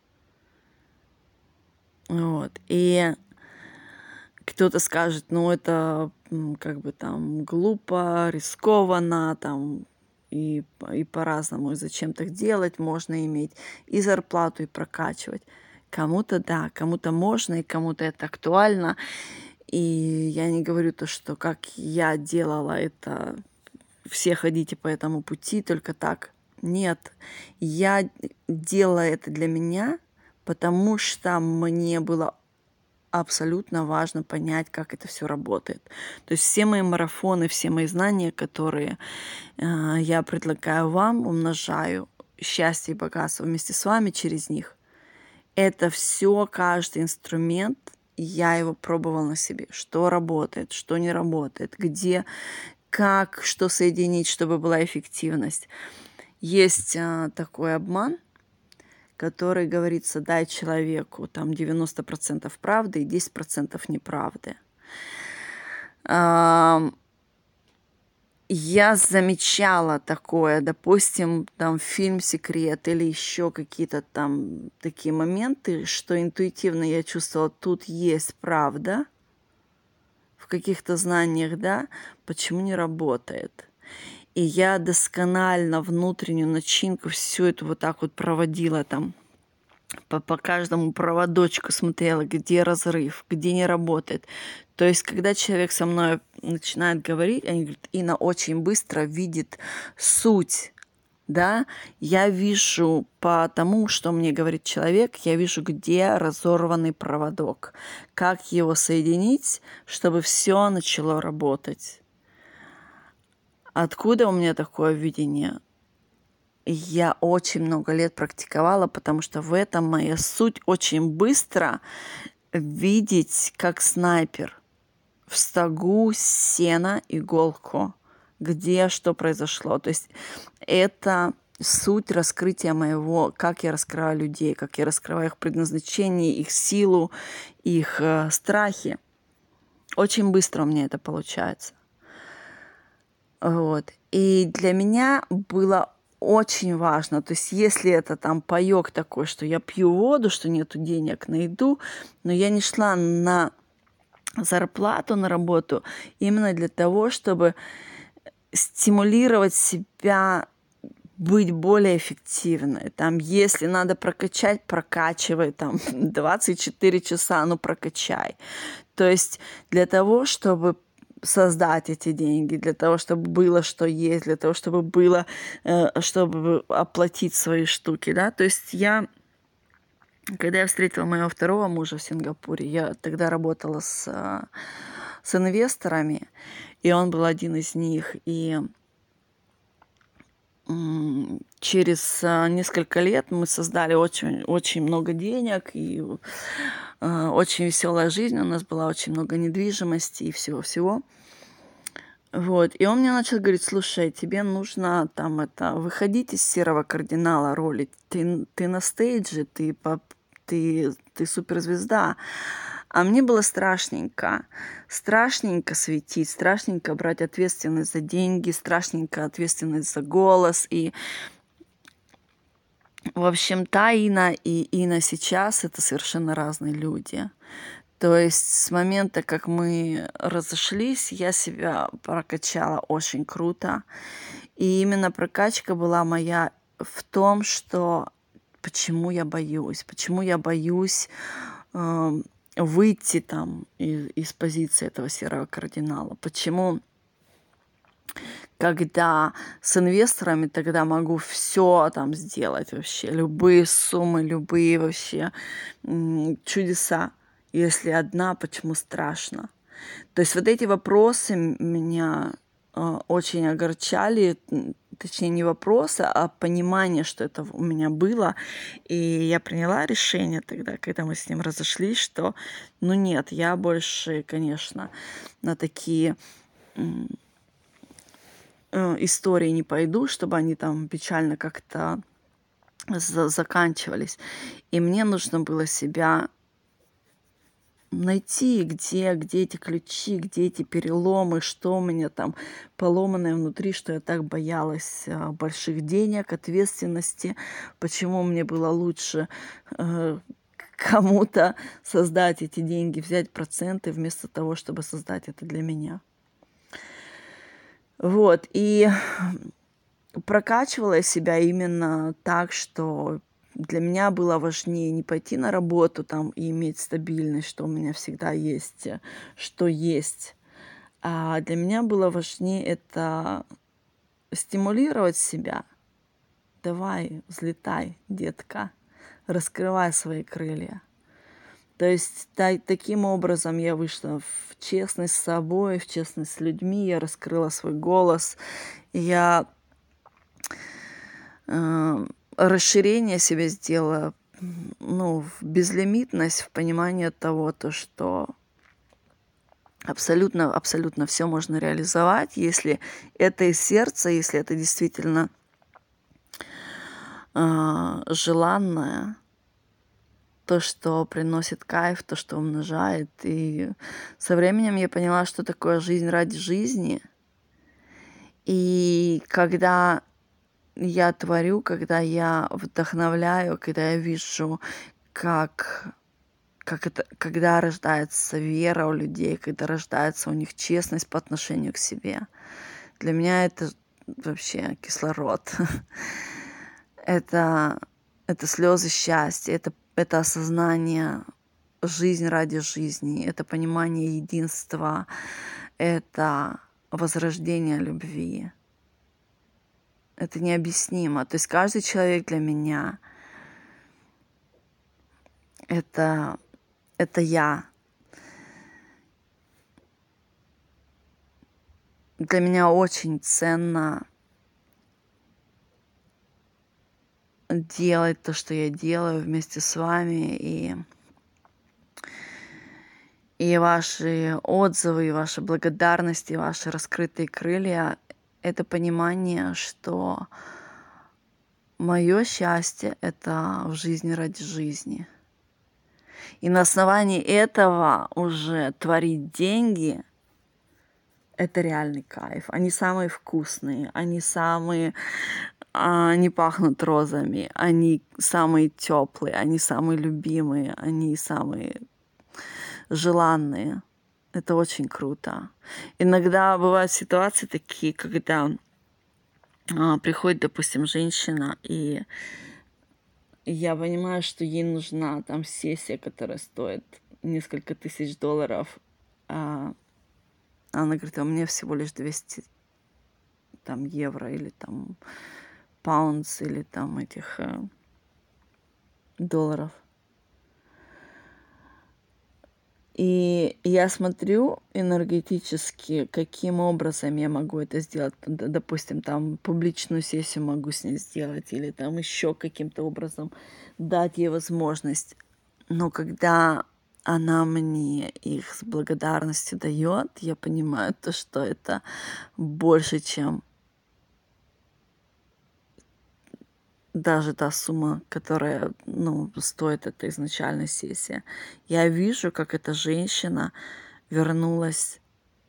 Вот. И кто-то скажет, ну это как бы там глупо, рискованно, там и по-разному, и зачем так делать, можно иметь и зарплату, и прокачивать. Кому-то да, кому-то можно, и кому-то это актуально. И я не говорю то, что как я делала это, все ходите по этому пути, только так. Нет, я делала это для меня, потому что мне было абсолютно важно понять, как это все работает. То есть все мои марафоны, все мои знания, которые я предлагаю вам, умножаю счастье и богатство вместе с вами через них. Это все, каждый инструмент, я его пробовала на себе. Что работает, что не работает, где, как, что соединить, чтобы была эффективность. Есть такой обман, который говорится, дай человеку там 90% правды и 10% неправды. Я замечала такое, допустим, там фильм «Секрет» или еще какие-то там такие моменты, что интуитивно я чувствовала, тут есть правда в каких-то знаниях, да, почему не работает. И я досконально внутреннюю начинку всю эту вот так вот проводила там, по каждому проводочку смотрела, где разрыв, где не работает. То есть, когда человек со мной начинает говорить, они говорят, Инна очень быстро видит суть, да, я вижу по тому, что мне говорит человек, я вижу, где разорванный проводок, как его соединить, чтобы все начало работать. Откуда у меня такое видение? Я очень много лет практиковала, потому что в этом моя суть очень быстро видеть, как снайпер, в стогу сена иголку, где что произошло. То есть это суть раскрытия моего, как я раскрываю людей, как я раскрываю их предназначение, их силу, их страхи. Очень быстро у меня это получается. Вот. И для меня было очень важно, то есть если это там паёк такой, что я пью воду, что нету денег на еду, но я не шла на зарплату, на работу именно для того, чтобы стимулировать себя быть более эффективной. Там, если надо прокачать, прокачивай, там, 24 часа, ну, прокачай. То есть для того, чтобы создать эти деньги, для того, чтобы было что есть, для того, чтобы было, чтобы оплатить свои штуки, да. То есть когда я встретила моего второго мужа в Сингапуре, я тогда работала с с инвесторами, и он был один из них. И через несколько лет мы создали очень, очень много денег, и очень веселая жизнь у нас была, очень много недвижимости и всего-всего. Вот. И он мне начал говорить: слушай, тебе нужно там выходить из серого кардинала роли. Ты на стейдже, ты суперзвезда. А мне было страшненько. Страшненько светить, страшненько брать ответственность за деньги, страшненько ответственность за голос. И, в общем, та Инна и Инна сейчас — это совершенно разные люди. То есть с момента, как мы разошлись, я себя прокачала очень круто. И именно прокачка была моя в том, что почему я боюсь выйти там из позиции этого серого кардинала. Почему, когда с инвесторами, тогда могу все там сделать вообще, любые суммы, любые вообще чудеса. Если одна, почему страшно? То есть вот эти вопросы меня очень огорчали, точнее не вопросы, а понимание, что это у меня было. И я приняла решение тогда, когда мы с ним разошлись, что ну нет, я больше, конечно, на такие истории не пойду, чтобы они там печально как-то заканчивались. И мне нужно было себя найти, где эти ключи, где эти переломы, что у меня там поломанное внутри, что я так боялась больших денег, ответственности, почему мне было лучше кому-то создать эти деньги, взять проценты, вместо того, чтобы создать это для меня. Вот, и прокачивала я себя именно так, что для меня было важнее не пойти на работу там и иметь стабильность, что у меня всегда есть, что есть. А для меня было важнее это стимулировать себя. Давай, взлетай, детка, раскрывай свои крылья. То есть таким образом я вышла в честность с собой, в честность с людьми, я раскрыла свой голос, я расширение себе сделала, ну, в безлимитность, в понимание того, то, что абсолютно, абсолютно все можно реализовать, если это из сердца, если это действительно желанное, то, что приносит кайф, то, что умножает. И со временем я поняла, что такое жизнь ради жизни. И когда я творю, когда я вдохновляю, когда я вижу, как это, когда рождается вера у людей, когда рождается у них честность по отношению к себе. Для меня это вообще кислород. Это слезы счастья, это осознание жизнь ради жизни, это понимание единства, это возрождение любви. Это необъяснимо. То есть каждый человек для меня это я. Для меня очень ценно делать то, что я делаю вместе с вами, и ваши отзывы, и ваши благодарности, и ваши раскрытые крылья — это понимание, что мое счастье — это в жизни ради жизни. И на основании этого уже творить деньги — это реальный кайф. Они самые вкусные, они не пахнут розами, они самые теплые, они самые любимые, они самые желанные. Это очень круто. Иногда бывают ситуации такие, когда приходит, допустим, женщина, и я понимаю, что ей нужна там сессия, которая стоит несколько тысяч долларов. А она говорит: а мне всего лишь 200 там евро или там паундс или там этих долларов. И я смотрю энергетически, каким образом я могу это сделать. Допустим, там публичную сессию могу с ней сделать, или там еще каким-то образом дать ей возможность. Но когда она мне их с благодарностью дает, я понимаю то, что это больше, чем даже та сумма, которая, стоит эта изначальная сессия. Я вижу, как эта женщина вернулась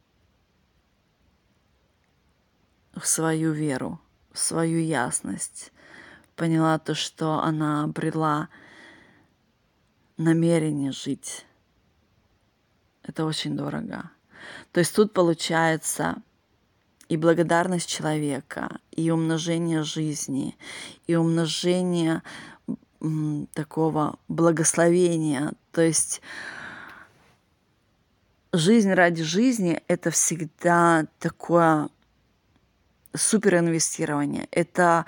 в свою веру, в свою ясность. Поняла то, что она обрела намерение жить. Это очень дорого. То есть тут получается и благодарность человека, и умножение жизни, и умножение такого благословения. То есть жизнь ради жизни — это всегда такое суперинвестирование. Это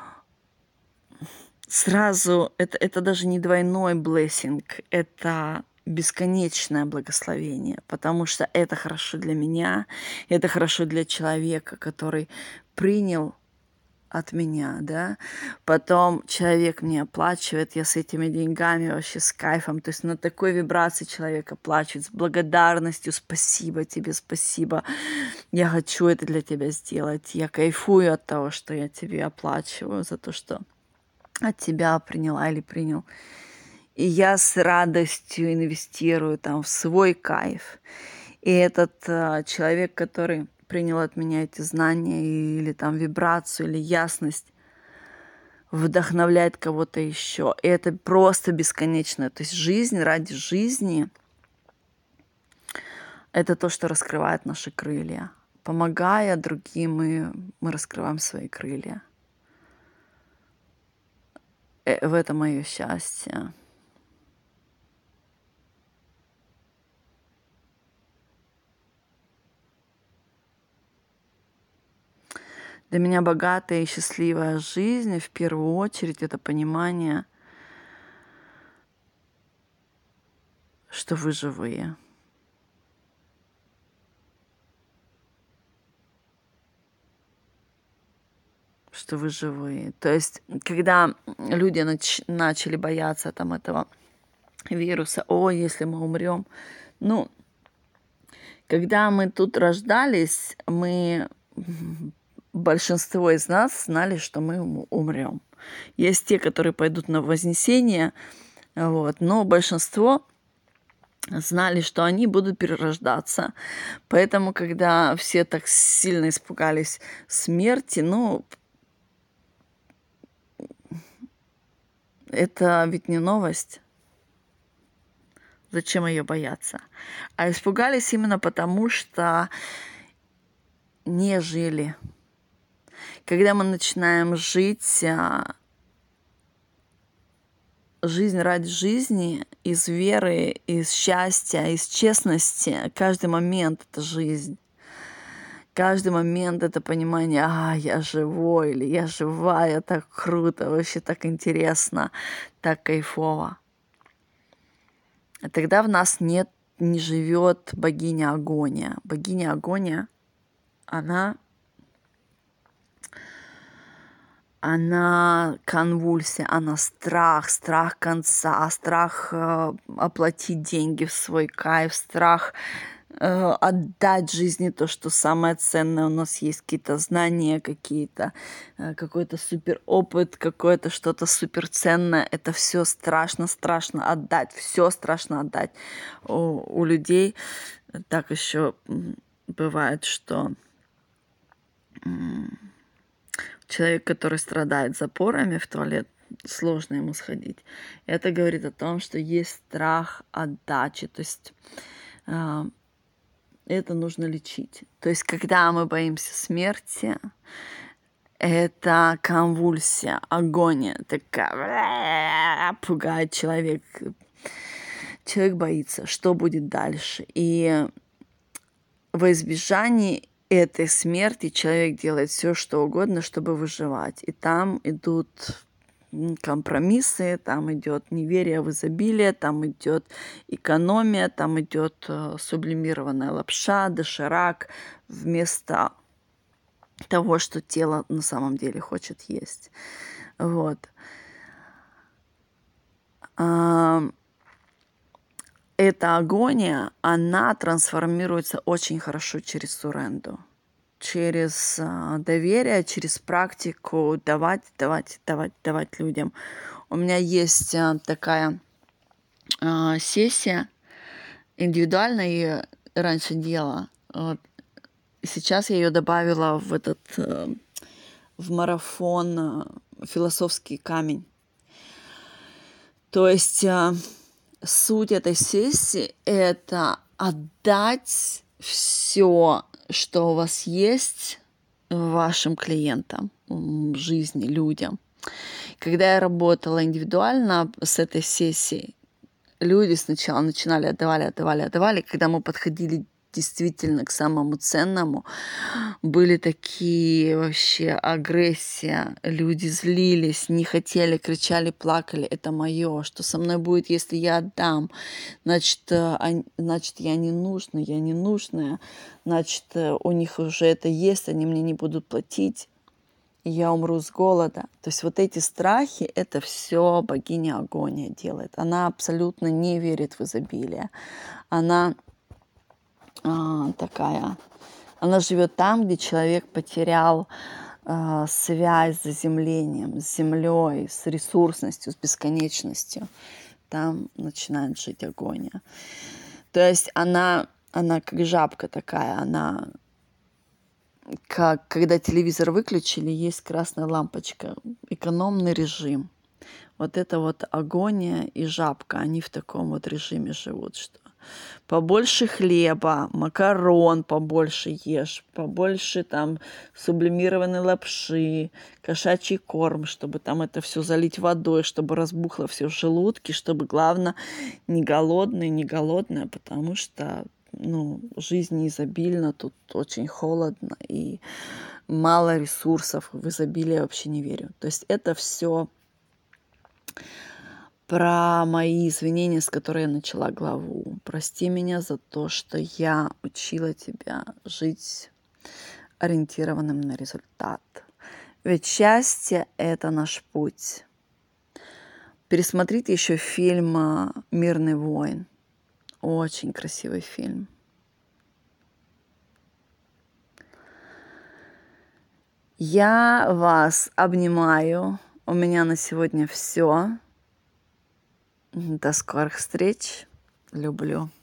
сразу, это даже не двойной блессинг, это бесконечное благословение, потому что это хорошо для меня, это хорошо для человека, который принял от меня, да. Потом человек мне оплачивает, я с этими деньгами вообще с кайфом, то есть на такой вибрации человек оплачивает, с благодарностью: спасибо тебе, спасибо, я хочу это для тебя сделать, я кайфую от того, что я тебе оплачиваю за то, что от тебя приняла или принял. И я с радостью инвестирую там в свой кайф. И этот человек, который принял от меня эти знания или там вибрацию, или ясность, вдохновляет кого-то еще. И это просто бесконечно. То есть жизнь ради жизни — это то, что раскрывает наши крылья. Помогая другим, мы раскрываем свои крылья. В этом мое счастье. Для меня богатая и счастливая жизнь, в первую очередь, это понимание, что вы живые. Что вы живые. То есть, когда люди начали бояться там этого вируса, если мы умрем. Когда мы тут рождались, большинство из нас знали, что мы умрем. Есть те, которые пойдут на вознесение, но большинство знали, что они будут перерождаться. Поэтому, когда все так сильно испугались смерти, это ведь не новость. Зачем ее бояться? А испугались именно потому, что не жили. Когда мы начинаем жить жизнь ради жизни, из веры, из счастья, из честности, каждый момент — это жизнь. Каждый момент — это понимание: я живой, или я живая, так круто, вообще так интересно, так кайфово. И тогда в нас не живет богиня Агония. Богиня Агония, она конвульсия, она страх конца, страх оплатить деньги в свой кайф, страх отдать жизни то, что самое ценное у нас есть, какие-то знания, какой-то супер опыт, какое-то что-то суперценное. Это все страшно отдать, все страшно отдать. У людей так еще бывает, что человек, который страдает запорами в туалет, сложно ему сходить. Это говорит о том, что есть страх отдачи. То есть это нужно лечить. То есть когда мы боимся смерти, это конвульсия, агония такая, пугает человек. Человек боится, что будет дальше. И во избежание этой смерти человек делает все, что угодно, чтобы выживать. И там идут компромиссы, там идет неверие в изобилие, там идет экономия, там идет сублимированная лапша, доширак вместо того, что тело на самом деле хочет есть. Вот. Эта агония, она трансформируется очень хорошо через суренду, через доверие, через практику давать людям. У меня есть такая сессия индивидуально, ее раньше делала. Вот. Сейчас я ее добавила в в марафон «Философский камень». То есть суть этой сессии – это отдать все, что у вас есть, вашим клиентам, в жизни, людям. Когда я работала индивидуально с этой сессией, люди сначала начинали отдавали. Когда мы подходили действительно к самому ценному, были такие вообще агрессия. Люди злились, не хотели, кричали, плакали. Это мое. Что со мной будет, если я отдам? Значит, значит, я не ненужная. Значит, у них уже это есть, они мне не будут платить. И я умру с голода. То есть вот эти страхи, это все богиня Агония делает. Она абсолютно не верит в изобилие. Она такая, она живет там, где человек потерял связь с заземлением, с землей, с ресурсностью, с бесконечностью. Там начинает жить агония. То есть она как жабка такая, она как когда телевизор выключили, есть красная лампочка, экономный режим. Вот это вот агония и жабка, они в таком вот режиме живут, что побольше хлеба, макарон побольше ешь, побольше там сублимированной лапши, кошачий корм, чтобы там это все залить водой, чтобы разбухло все в желудке, чтобы, главное, не голодная, потому что жизнь не изобильна, тут очень холодно и мало ресурсов, в изобилие вообще не верю. То есть это все про мои извинения, с которой я начала главу. Прости меня за то, что я учила тебя жить ориентированным на результат. Ведь счастье – это наш путь. Пересмотрите еще фильм «Мирный воин». Очень красивый фильм. Я вас обнимаю. У меня на сегодня все. До скорых встреч. Люблю.